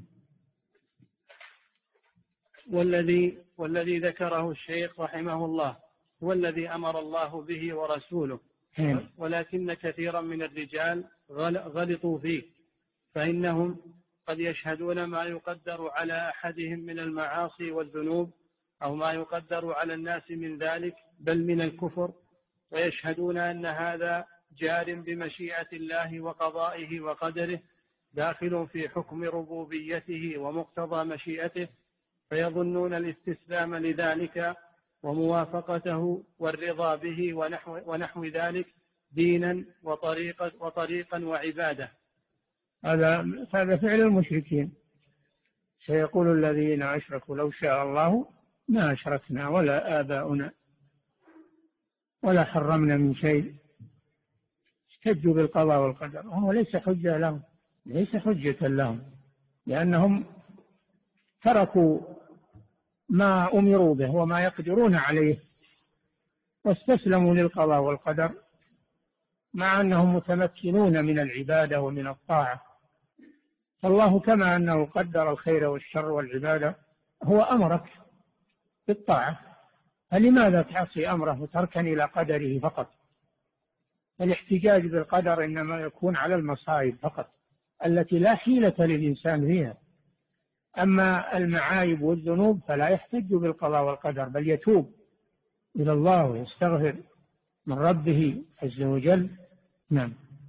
والذي ذكره الشيخ رحمه الله هو الذي أمر الله به ورسوله ولكن كثيرا من الرجال غلطوا فيه، فإنهم قد يشهدون ما يقدر على أحدهم من المعاصي والذنوب أو ما يقدر على الناس من ذلك بل من الكفر، ويشهدون أن هذا جار بمشيئة الله وقضائه وقدره داخل في حكم ربوبيته ومقتضى مشيئته، فيظنون الاستسلام لذلك وموافقته والرضا به ونحو ذلك دينا وطريقا وعبادة. هذا فعل المشركين. سيقول الذين أشركوا لو شاء الله ما أشركنا ولا آباؤنا ولا حرمنا من شيء. احتجوا بالقضاء والقدر وهو ليس حجة لهم، ليس حجة لهم، لأنهم تركوا ما أمروا به وما يقدرون عليه واستسلموا للقضاء والقدر، مع أنهم متمكنون من العبادة ومن الطاعة. فالله كما أنه قدر الخير والشر والعبادة هو أمرك بالطاعة، فلماذا تعصي أمره وتركن إلى قدره فقط؟ الاحتجاج بالقدر إنما يكون على المصائب فقط التي لا حيلة للإنسان فيها. أما المعايب والذنوب فلا يحتج بالقضاء والقدر، بل يتوب إلى الله ويستغفر من ربه عز وجل. نعم.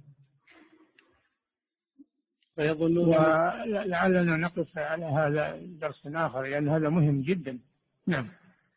ولعلنا نقف على هذا درس آخر لأن هذا مهم جدا. نعم.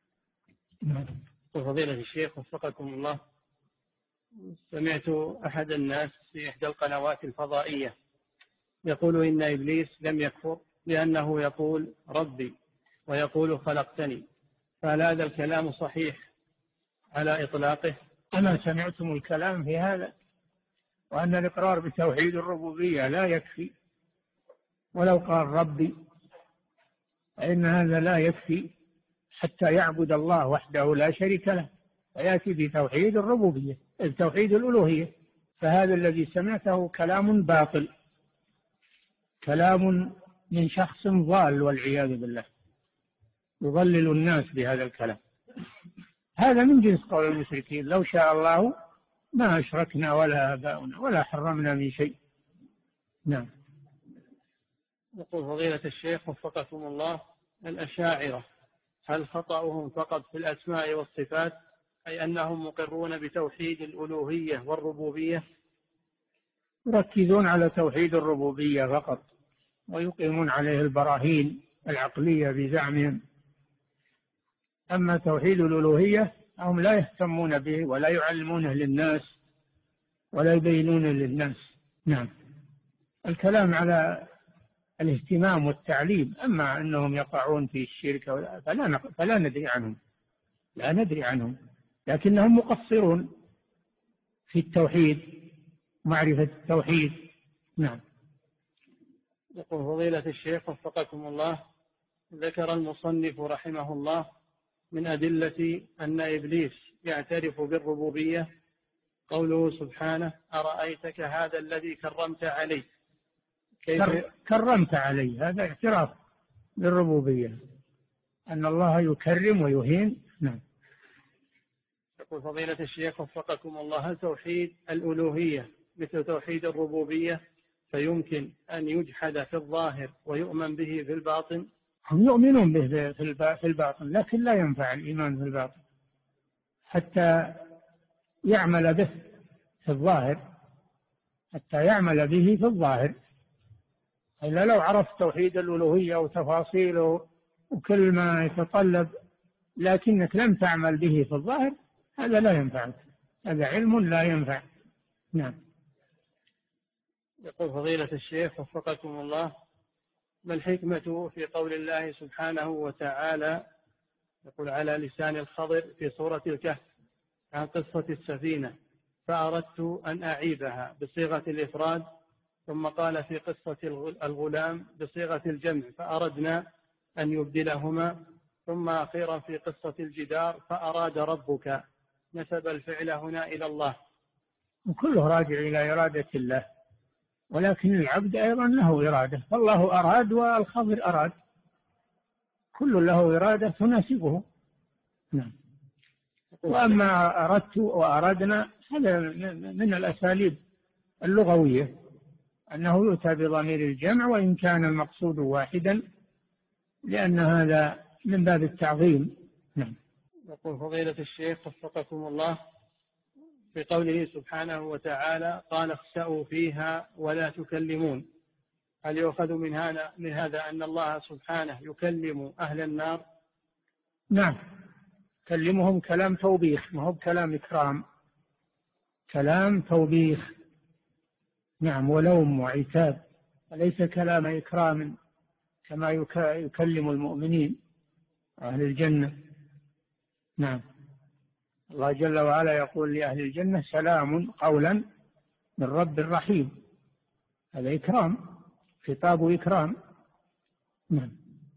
فضيلة الشيخ وفقكم الله، سمعت أحد الناس في إحدى القنوات الفضائية يقول إن إبليس لم يكفر لأنه يقول ربي ويقول خلقتني، فهل هذا الكلام صحيح على إطلاقه؟ أما سمعتم الكلام في هذا، وأن الإقرار بتوحيد الربوبية لا يكفي ولو قال ربي، فإن هذا لا يكفي حتى يعبد الله وحده لا شريك له، ويأتي بتوحيد الربوبية توحيد الألوهية. فهذا الذي سمعته كلام باطل، كلام من شخص ضال والعياذ بالله، يضلل الناس بهذا الكلام. هذا من جنس قول المشركين لو شاء الله ما أشركنا ولا آباؤنا ولا حرمنا من شيء. نعم. يقول فضيلة الشيخ وفقكم الله، الأشاعرة هل خطأهم فقط في الأسماء والصفات، أي أنهم مقرون بتوحيد الألوهية والربوبية؟ يركزون على توحيد الربوبية فقط ويقيمون عليه البراهين العقلية بزعمهم. أما توحيد الألوهية هم لا يهتمون به ولا يعلمونه للناس ولا يبينونه للناس. نعم. الكلام على الاهتمام والتعليم، أما أنهم يقعون في الشرك فلا ندري عنهم، لا ندري عنهم، لكنهم مقصرون في التوحيد، معرفة التوحيد. نعم. يقول فضيلة الشيخ وفقكم الله، ذكر المصنف رحمه الله من أدلة أن إبليس يعترف بالربوبية قوله سبحانه أرأيتك هذا الذي كرمت عليه. كرمت عليه، هذا اعتراف بالربوبية، أن الله يكرم ويهين. نعم. يقول فضيلة الشيخ وفقكم الله، هل توحيد الألوهية مثل توحيد الربوبية فيمكن أن يجحد في الظاهر ويؤمن به في الباطن؟ هم يؤمنون به في الباطن، لكن لا ينفع الإيمان في الباطن حتى يعمل به في الظاهر، حتى يعمل به في الظاهر. إلا لو عرفت توحيد الألوهية وتفاصيله وكل ما يتطلب لكنك لم تعمل به في الظاهر، هذا لا ينفعك، هذا علم لا ينفع. نعم. يقول فضيلة الشيخ وفقكم الله، ما الحكمة في قول الله سبحانه وتعالى يقول على لسان الخضر في سورة الكهف عن قصة السفينة فأردت أن أعيبها بصيغة الإفراد، ثم قال في قصة الغلام بصيغة الجمع فأردنا أن يبدلهما، ثم أخيرا في قصة الجدار فأراد ربك، نسب الفعل هنا إلى الله. وكله راجع إلى إرادة الله، ولكن العبد أيضا له إرادة، فالله أراد والخضر أراد، كل له إرادة تناسبه. نعم. وأما أردت وأردنا هذا من الأساليب اللغوية، أنه يؤتى بضمير الجمع وإن كان المقصود واحدا، لأن هذا من باب التعظيم. نعم. يقول فضيلة الشيخ وفقكم الله، في قوله سبحانه وتعالى قال اخسأوا فيها ولا تكلمون، هل يؤخذ من هذا أن الله سبحانه يكلم أهل النار؟ نعم، كلمهم كلام توبيخ، ما هو بكلام إكرام، كلام توبيخ. نعم، ولوم وعتاب، وليس كلام إكرام كما يكلم المؤمنين أهل الجنة. نعم، الله جل وعلا يقول لأهل الجنة سلام قولا من رب رحيم، هذا إكرام، خطاب إكرام. نعم.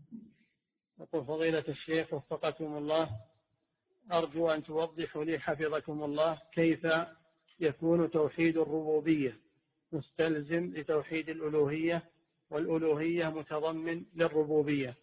يقول فضيلة الشيخ وفقكم الله، أرجو أن توضحوا لي حفظكم الله كيف يكون توحيد الربوبية مستلزم لتوحيد الألوهية والألوهية متضمن للربوبية.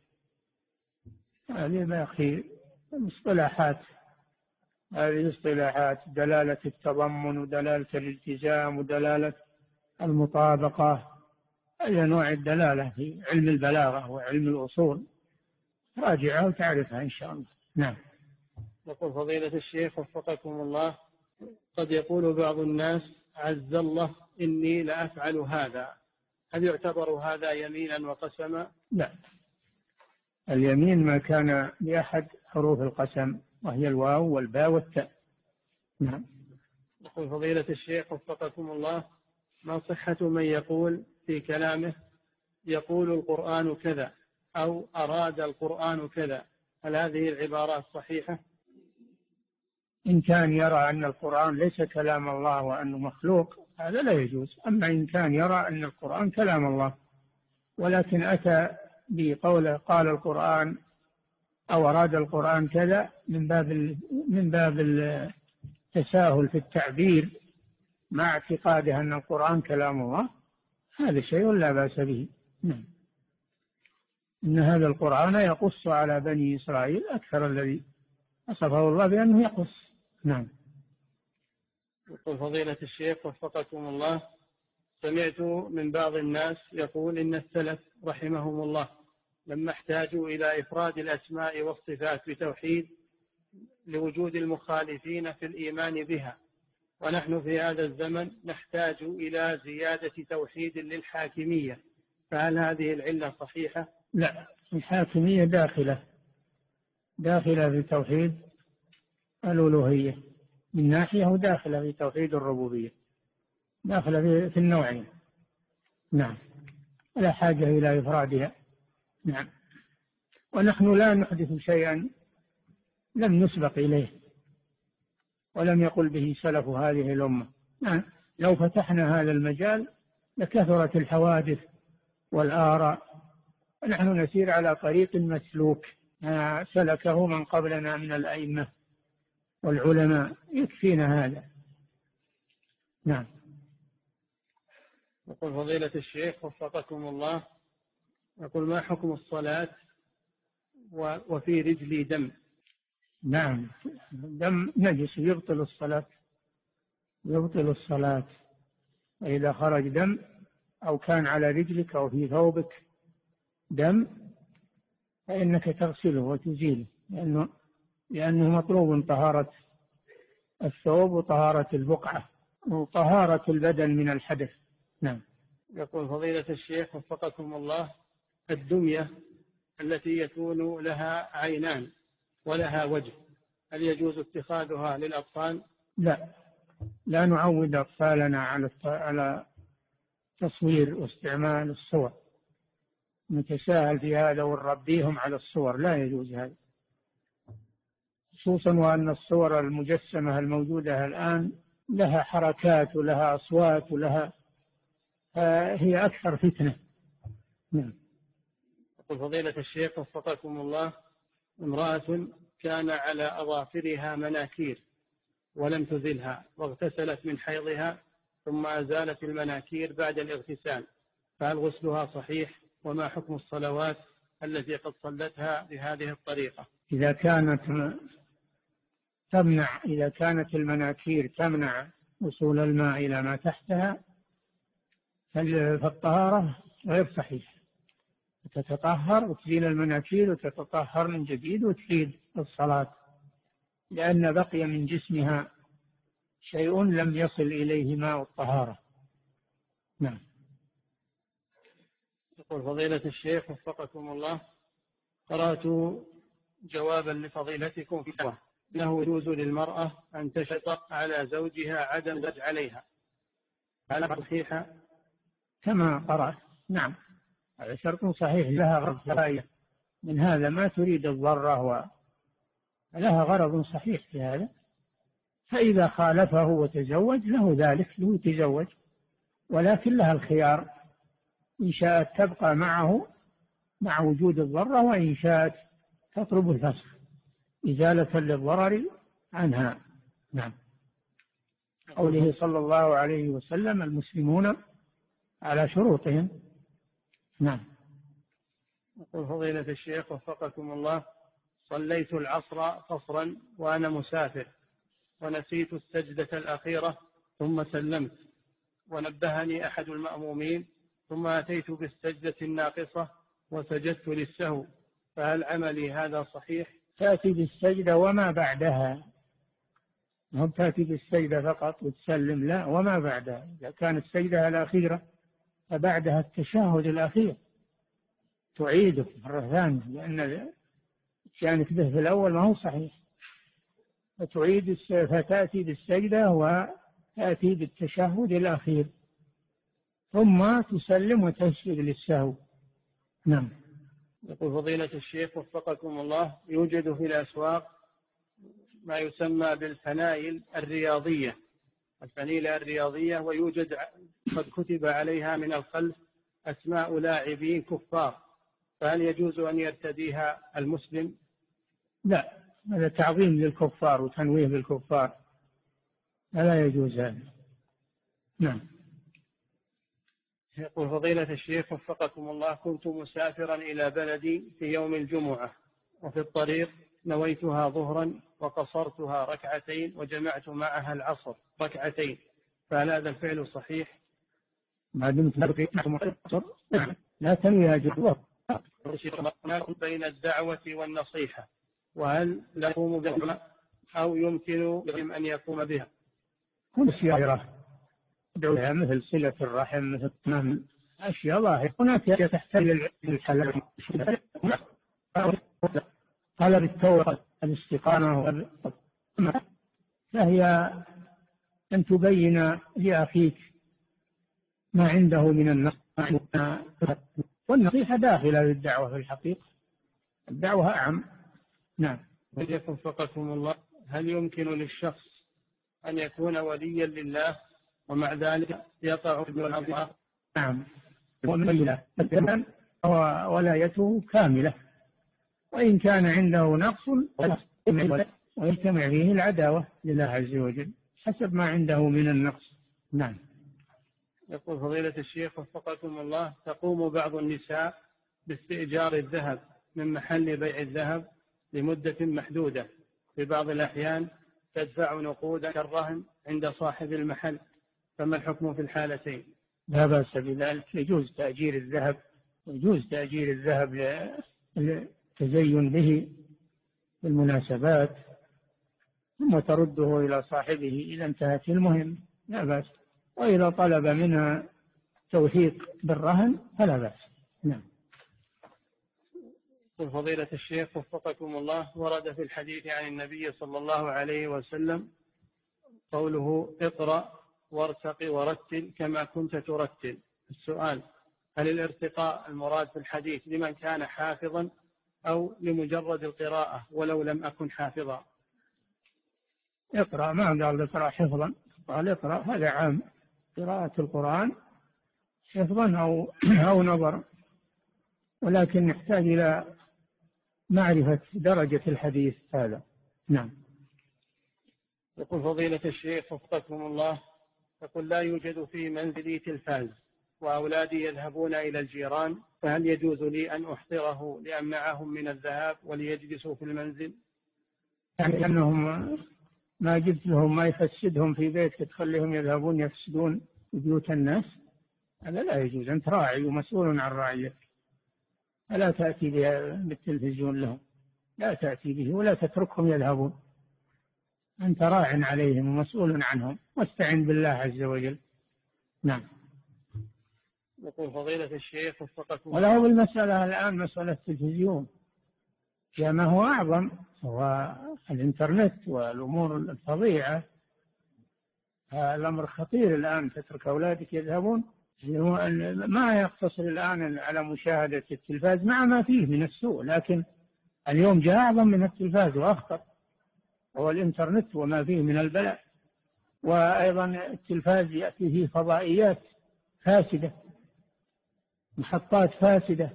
هذه ما أخي مصطلحات، هذه اصطلاحات، دلالة التضمن ودلالة الالتزام ودلالة المطابقة، هذا نوع الدلالة في علم البلاغة وعلم الأصول، راجعها وتعرفها إن شاء الله. نعم. يقول فضيلة الشيخ وفقكم الله، قد يقول بعض الناس عز الله إني لأفعل هذا، هل يعتبر هذا يمينا وقسما؟ لا، اليمين ما كان لأحد حروف القسم، وهي الواو والباء والتاء. نعم. يقول فضيلة الشيخ وفقكم الله، ما صحة من يقول في كلامه يقول القرآن كذا أو أراد القرآن كذا، هل هذه العبارات صحيحة؟ إن كان يرى أن القرآن ليس كلام الله وأنه مخلوق هذا لا يجوز، أما إن كان يرى أن القرآن كلام الله ولكن أتى بقوله قال القرآن أو أراد القرآن كذا من باب التساهل في التعبير مع اعتقاده أن القرآن كلام الله، هذا شيء لا بأس به. نعم. إن هذا القرآن يقص على بني إسرائيل أكثر الذي وصفه الله بأنه يقص. نعم. يقول فضيلة الشيخ وفقكم الله، سمعت من بعض الناس يقول إن السلف رحمهم الله لما احتاجوا إلى إفراد الأسماء والصفات بتوحيد لوجود المخالفين في الإيمان بها، ونحن في هذا الزمن نحتاج إلى زيادة توحيد للحاكمية، فهل هذه العلة صحيحة؟ لا، الحاكمية داخلة في توحيد الألوهية من ناحية، وداخلة في توحيد الربوبية، داخلة في النوعين. نعم، لا حاجة إلى إفرادها. نعم. ونحن لا نحدث شيئا لم نسبق إليه ولم يقل به سلف هذه الأمة. نعم. لو فتحنا هذا المجال لكثرت الحوادث والآراء، ونحن نسير على طريق مسلوك سلكه من قبلنا من الأئمة والعلماء، يكفينا هذا. نعم. يقول فضيلة الشيخ وفقكم الله، يقول ما حكم الصلاة وفي رجلي دم؟ نعم، دم نجس يبطل الصلاة، وإذا خرج دم أو كان على رجلك أو في ثوبك دم فإنك تغسله وتزيله، لأنه مطلوب طهارة الثوب وطهارة البقعة وطهارة البدن من الحدث. نعم. يقول فضيلة الشيخ وفقكم الله، الدمية التي يكون لها عينان ولها وجه، هل يجوز اتخاذها للأطفال؟ لا نعود أطفالنا على تصوير واستعمال الصور، نتساهل في هذا ونربيهم على الصور، لا يجوز هذا، خصوصا وأن الصور المجسمة الموجودة الآن لها حركات ولها أصوات ولها هي أكثر فتنة. نعم. يقول فضيلة الشيخ وفقكم الله، امرأة كان على أظافرها مناكير ولم تزلها واغتسلت من حيضها ثم أزالت المناكير بعد الاغتسال، فهل غسلها صحيح؟ وما حكم الصلوات التي قد صلتها بهذه الطريقة؟ إذا كانت تمنع إذا كانت المناكير تمنع وصول الماء إلى ما تحتها فالطهارة غير صحيحة، تتطهر وتزيل المناكير وتتطهر من جديد وتعيد الصلاة، لأن بقي من جسمها شيء لم يصل إليه ماء الطهارة. نعم. يقول فضيلة الشيخ وفقكم الله: قرأت جوابا لفضيلتكم في دعوة أنه يجوز للمرأة أن تشتق على زوجها عدم الزواج عليها، على صحيحة كما قرأت. نعم، هذا شرط صحيح، لها غرض من هذا، ما تريد الضرة ولها غرض صحيح في هذا، فإذا خالفه وتزوج له ذلك، له يتزوج، ولكن لها الخيار إن شاءت تبقى معه مع وجود الضرة، وإن شاءت تطلب الفسخ إزالة للضرر عنها. نعم. قوله صلى الله عليه وسلم: المسلمون على شروطهم. نعم. يقول فضيلة الشيخ وفقكم الله: صليت العصر قصرا وأنا مسافر، ونسيت السجدة الأخيرة ثم سلمت، ونبهني أحد المأمومين، ثم أتيت بالسجدة الناقصة وسجدت للسهو، فهل عملي هذا صحيح؟ تأتي بالسجدة وما بعدها، هم تأتي بالسجدة فقط وتسلم، لا، وما بعدها. إذا كانت السجدة الأخيرة فبعدها التشهد الأخير تعيده مرة ثانية، لأن كانت به في الأول ما هو صحيح، فتأتي بالسجدة وتأتي بالتشهد الأخير ثم تسلم وتسجد للسهو. نعم. يقول فضيلة الشيخ وفقكم الله: يوجد في الأسواق ما يسمى بالفنايل الرياضية، الفنيلة الرياضية، ويوجد قد كتب عليها من الخلف أسماء لاعبين كفار، فهل يجوز أن يرتديها المسلم؟ لا، هذا تعظيم للكفار وتنويه بالكفار، لا يجوز هذا. نعم. يقول فضيلة الشيخ وفقكم الله: كنت مسافرا إلى بلدي في يوم الجمعة، وفي الطريق نويتها ظهرا وقصرتها ركعتين وجمعت معها العصر ركعتين، فهل هذا الفعل صحيح؟ ما دمت لا تنويها جمعة. بين الدعوة والنصيحة، وهل لا يقوم بها أو يمكن أن يقوم بها؟ كل سيارة دعوها مثل صلة الرحم، مثل تمام أشياء ظاهرة. هناك تحتاج للحلال، طلب التوبة، الاستقامة، فهي أن تبين لأخيك ما عنده من النصيحة، والنصيحة داخلة للدعوة في الحقيقة، الدعوة أعم. نعم. وجزاكم فقكم الله: هل يمكن للشخص أن يكون وليا لله ومع ذلك يقع في العظمة؟ نعم، ومن الله ولايته كاملة، وإن كان عنده نقص ويجتمع فيه العداوة لله عز وجل حسب ما عنده من النقص. نعم. يقول فضيلة الشيخ وفقكم الله: تقوم بعض النساء باستئجار الذهب من محل بيع الذهب لمدة محدودة، في بعض الأحيان تدفع نقودا كالرهن عند صاحب المحل، فما الحكم في الحالتين؟ لا بأس بذلك، يجوز تأجير الذهب، يجوز تأجير الذهب للتزين به بالمناسبات، ثم ترده إلى صاحبه إذا انتهت المهم، لا بأس. وإذا طلب منها توثيق بالرهن فلا بأس. نعم. فضيلة الشيخ وفقكم الله: ورد في الحديث عن النبي صلى الله عليه وسلم قوله: اقرأ وارتق ورتل كما كنت ترتل. السؤال: هل الارتقاء المراد في الحديث لمن كان حافظا أو لمجرد القراءة ولو لم أكن حافظا؟ اقرأ، ما قال اقرأ حفظا، قال اقرأ، هذا عام، قراءة القرآن حفظا أو نظرا، ولكن نحتاج إلى معرفة درجة الحديث هذا. نعم. يقول فضيلة الشيخ وفقكم الله: يقول لا يوجد في منزلي تلفاز وأولادي يذهبون إلى الجيران، فهل يجوز لي أن أحضره لأمنعهم من الذهاب وليجلسوا في المنزل؟ يعني أنهم ما جبت لهم ما يفسدهم في بيتك تخليهم يذهبون يفسدون بيوت الناس، هذا لا يجوز. أنت راعي ومسؤول عن رعيتك، فلا تأتي بالتلفزيون لهم، لا تأتي به ولا تتركهم يذهبون، أنت راع عليهم ومسؤول عنهم، واستعن بالله عز وجل. نعم. يقول فضيلة الشيخ وفقكم الله. وله بالمسألة الآن مسألة التلفزيون يا ما هو أعظم، هو الإنترنت والأمور الفظيعة. الأمر خطير الآن، تترك أولادك يذهبون، ما يقتصر الآن على مشاهدة التلفاز مع ما فيه من السوء، لكن اليوم جاء أعظم من التلفاز وأخطر، هو الإنترنت وما فيه من البلاء. وأيضا التلفاز يأتي فيه فضائيات فاسدة، محطات فاسدة،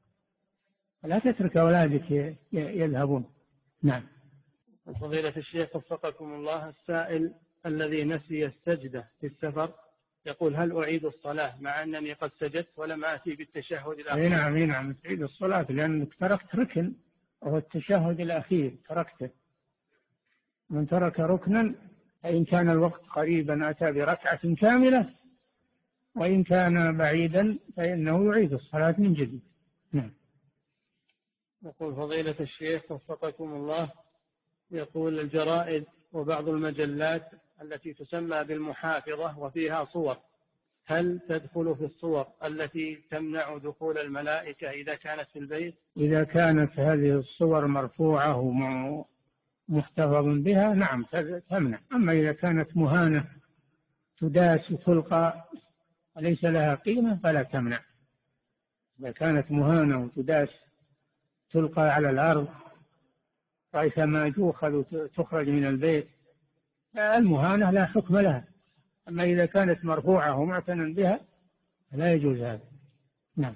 لا تترك أولادك يذهبون. نعم. فضيلة الشيخ وفقكم الله، السائل الذي نسي السجدة في السفر يقول هل أعيد الصلاة مع أنني قد سجدت ولم آتي بالتشهد الأخير؟ نعم تعيد الصلاة لأنك تركت ركن وهو التشهد الأخير، تركته. من ترك ركنا فإن كان الوقت قريبا أتى بركعة كاملة، وإن كان بعيدا فإنه يعيد الصلاة من جديد. نعم. يقول فضيلة الشيخ وفقكم الله، يقول الجرائد وبعض المجلات التي تسمى بالمحافظة وفيها صور، هل تدخل في الصور التي تمنع دخول الملائكة إذا كانت في البيت؟ إذا كانت هذه الصور مرفوعة ومحتفظ بها نعم تمنع. أما إذا كانت مهانة تداس وتلقى وليس لها قيمة فلا تمنع. إذا كانت مهانة وتداس تلقى على الأرض ريثما تؤخذ وتخرج من البيت، المهانة لا حكم لها. أما إذا كانت مرفوعة ومعتنى بها لا يجوز هذا. نعم.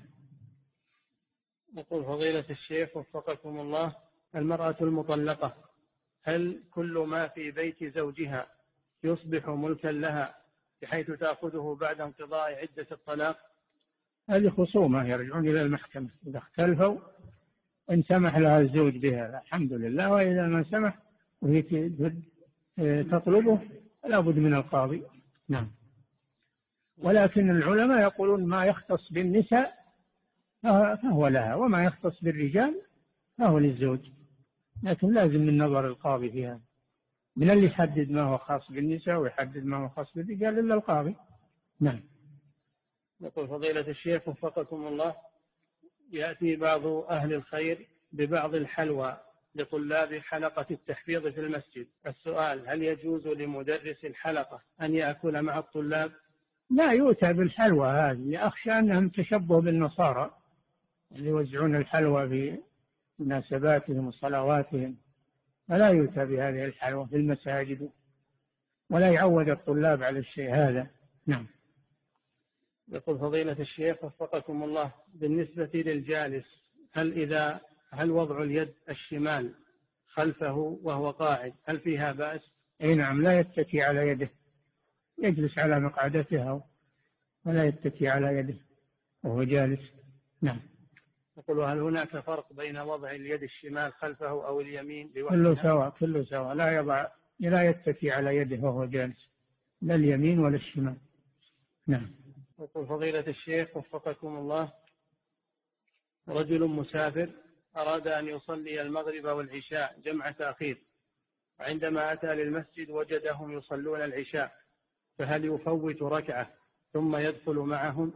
يقول فضيلة الشيخ وفقكم الله، المرأة المطلقة هل كل ما في بيت زوجها يصبح ملكا لها بحيث تأخذه بعد انقضاء عدة الطلاق؟ هذه خصومة يرجعون إلى المحكمة، إذا اختلفوا إن سمح لها الزوج بها الحمد لله، وإذا ما سمح وهي تطلبه لا بد من القاضي. نعم. ولكن العلماء يقولون ما يختص بالنساء فهو لها، وما يختص بالرجال فهو للزوج، لكن لازم من نظر القاضي فيها، من اللي يحدد ما هو خاص بالنساء ويحدد ما هو خاص بالرجال إلا القاضي. نعم. يقول فضيلة الشيخ وفقكم الله، يأتي بعض أهل الخير ببعض الحلوى لطلاب حلقة التحفيظ في المسجد، السؤال هل يجوز لمدرس الحلقة أن يأكل مع الطلاب؟ لا يؤتى بالحلوى هذه، أخشى أنهم تشبه بالنصارى اللي يوزعون الحلوى في مناسباتهم وصلواتهم، فلا يؤتى بهذه الحلوى في المساجد ولا يعود الطلاب على الشيء هذا. نعم. يقول فضيلة الشيخ وفقكم الله، بالنسبة للجالس هل وضع اليد الشمال خلفه وهو قاعد هل فيها بأس؟ أي نعم، لا يتكي على يده، يجلس على مقعدتها ولا يتكي على يده وهو جالس. نعم. يقول هل هناك فرق بين وضع اليد الشمال خلفه أو اليمين بوحدها؟ كله سواء لا يتكي على يده وهو جالس، لا اليمين ولا الشمال. نعم. يقول فضيلة الشيخ وفقكم الله، رجل مسافر أراد أن يصلي المغرب والعشاء جمع تأخير، وعندما أتى للمسجد وجدهم يصلون العشاء، فهل يفوت ركعة ثم يدخل معهم؟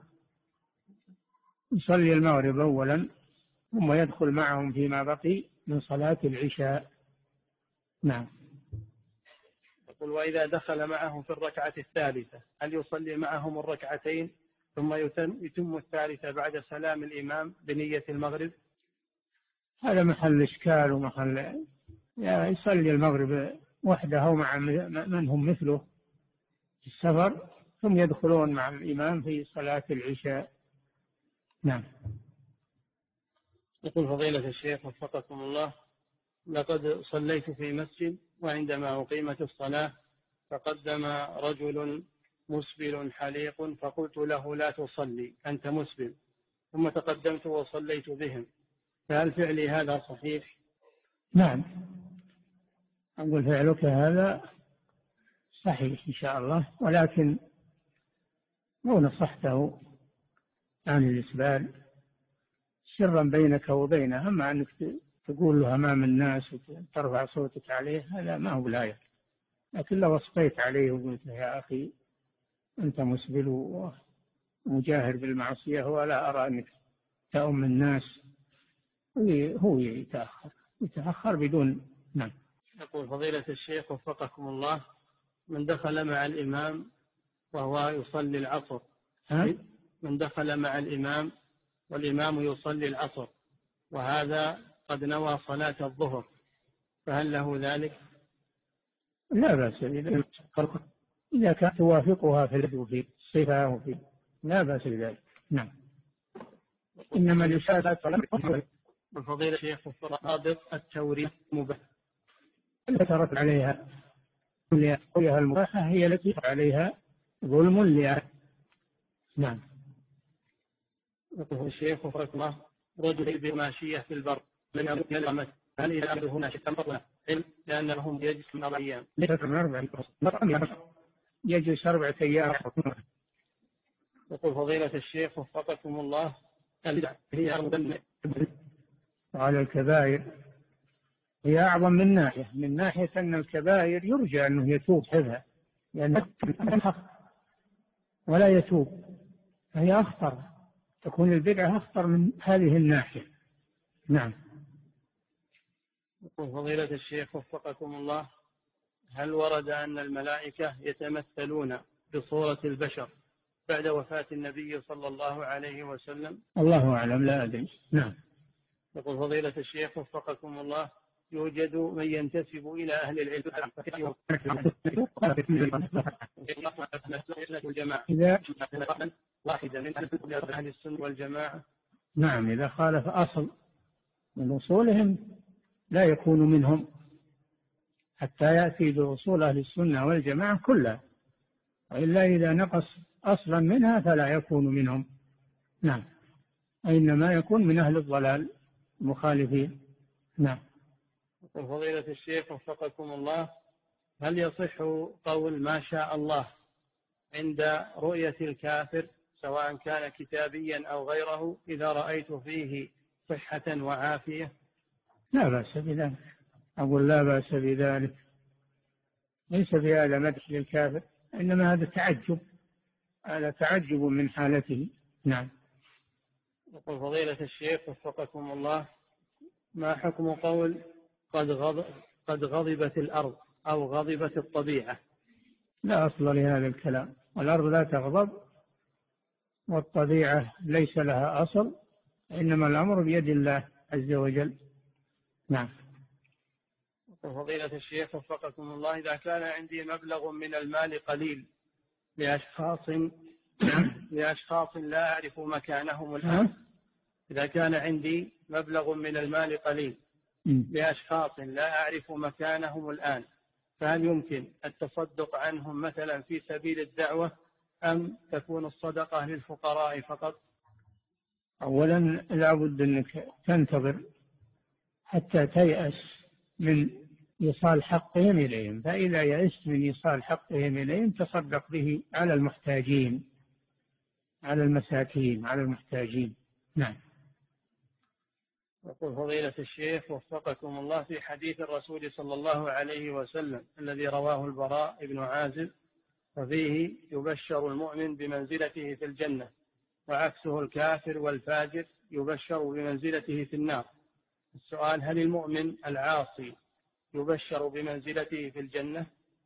يصلي المغرب أولا ثم يدخل معهم فيما بقي من صلاة العشاء. نعم. يقول وإذا دخل معهم في الركعة الثالثة هل يصلي معهم الركعتين ثم يتم الثالثة بعد سلام الإمام بنية المغرب؟ هذا محل إشكال ومحل، يصلي المغرب وحده أو مع من هم مثله في السفر، ثم يدخلون مع الإمام في صلاة العشاء. نعم. يقول فضيلة الشيخ وفقكم الله، لقد صليت في مسجد وعندما أقيمت الصلاة تقدم رجل مسبل حليق فقلت له لا تصلي أنت مسبل، ثم تقدمت وصليت بهم، فهل فعلي هذا صحيح؟ نعم، أقول فعلك هذا صحيح إن شاء الله، ولكن لو نصحته عن الإسبال سرا بينك وبينه، أما أنك تقول له أمام الناس وترفع صوتك عليه هذا ما هو لايق. لكن لو وصيت عليه وقلت له يا أخي أنت مسبل ومجاهر بالمعصية ولا أرى أنك تؤم الناس، هو يتأخر بدون. نعم. يقول فضيلة الشيخ وفقكم الله: من دخل مع الإمام وهو يصلي العصر، من دخل مع الإمام والإمام يصلي العصر وهذا قد نوى صلاة الظهر، فهل له ذلك؟ لا بأس إذا كانت توافقها في الصفة وفي لا بأس بذلك. نعم. إنما الإشارة من فضيلة الشيخ رابط التوريث مباح التي ترك عليها المباحة هي التي عليها ظلم لها. نعم. يقول الشيخ وفقكم الله: رجل بماشية في البر لم يرمت، هل إذا هنا شتم لأن لهم يجلس من 4 أيام؟ يجلس 4 أيام. يقول فضيلة الشيخ وفقكم الله: هي على الكبائر هي أعظم من ناحية أن الكبائر يرجى أنه يتوب منها لأنه ولا يتوب، فهي أخطر، تكون البدعة أخطر من هذه الناحية. نعم. يقول فضيلة الشيخ وفقكم الله: هل ورد أن الملائكة يتمثلون بصورة البشر بعد وفاة النبي صلى الله عليه وسلم؟ الله أعلم، لا أدري. نعم. يقول فضيلة الشيخ وفقكم الله: يوجد من ينتسب إلى أهل العلم والجماعة واحدة من أهل السنة والجماعة. نعم، إذا خالف أصل من أصولهم لا يكون منهم حتى يأتي بأصول أهل السنة والجماعة كلها، وإلا إذا نقص أصلا منها فلا يكون منهم. نعم. إنما يكون من أهل الضلال المخالفين. نعم. فضيلة الشيخ وفقكم الله: هل يصح قول ما شاء الله عند رؤية الكافر سواء كان كتابيا أو غيره إذا رأيت فيه صحة وعافية؟ لا بأس بذلك، أقول لا بأس بذلك، ليس بهذا مدح للكافر، إنما هذا تعجب من حالته. نعم. يقول فضيلة الشيخ وفقكم الله: ما حكم قول قد غضبت الأرض أو غضبت الطبيعة؟ لا أصل لهذا الكلام، والأرض لا تغضب والطبيعة ليس لها أصل، إنما الأمر بيد الله عز وجل. نعم. فضيلة الشيخ وفقكم الله: إذا كان عندي مبلغ من المال قليل لأشخاص لا أعرف مكانهم الآن، إذا كان عندي مبلغ من المال قليل لأشخاص لا أعرف مكانهم الآن، فهل يمكن التصدق عنهم مثلا في سبيل الدعوة أم تكون الصدقة للفقراء فقط؟ أولا لا بد أنك تنتظر حتى تيأس من إيصال حقهم إليهم، فإذا يأست من إيصال حقهم إليهم تصدق به على المحتاجين، على المساكين، على المحتاجين. نعم. يقول فضيلة الشيخ وفقكم الله: في حديث الرسول صلى الله عليه وسلم الذي رواه البراء بن عازب وفيه يبشر المؤمن بمنزلته في الجنة وعكسه الكافر والفاجر يبشر بمنزلته في النار، السؤال: هل المؤمن العاصي يبشر بمنزلته في الجنة؟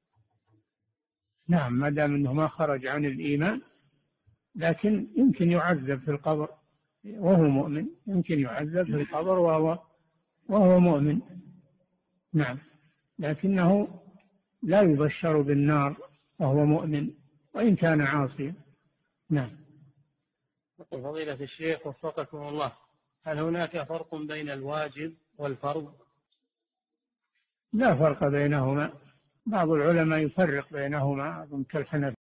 نعم، ما دام أنه ما خرج عن الإيمان، لكن يمكن يعذب في القبر وهو مؤمن، يمكن يعذب في القبر وهو مؤمن. نعم، لكنه لا يبشر بالنار وهو مؤمن وإن كان عاصيا. نعم. يقول فضيلة الشيخ وفقكم الله: هل هناك فرق بين الواجب والفرض؟ لا فرق بينهما، بعض العلماء يفرق بينهما كالحنفية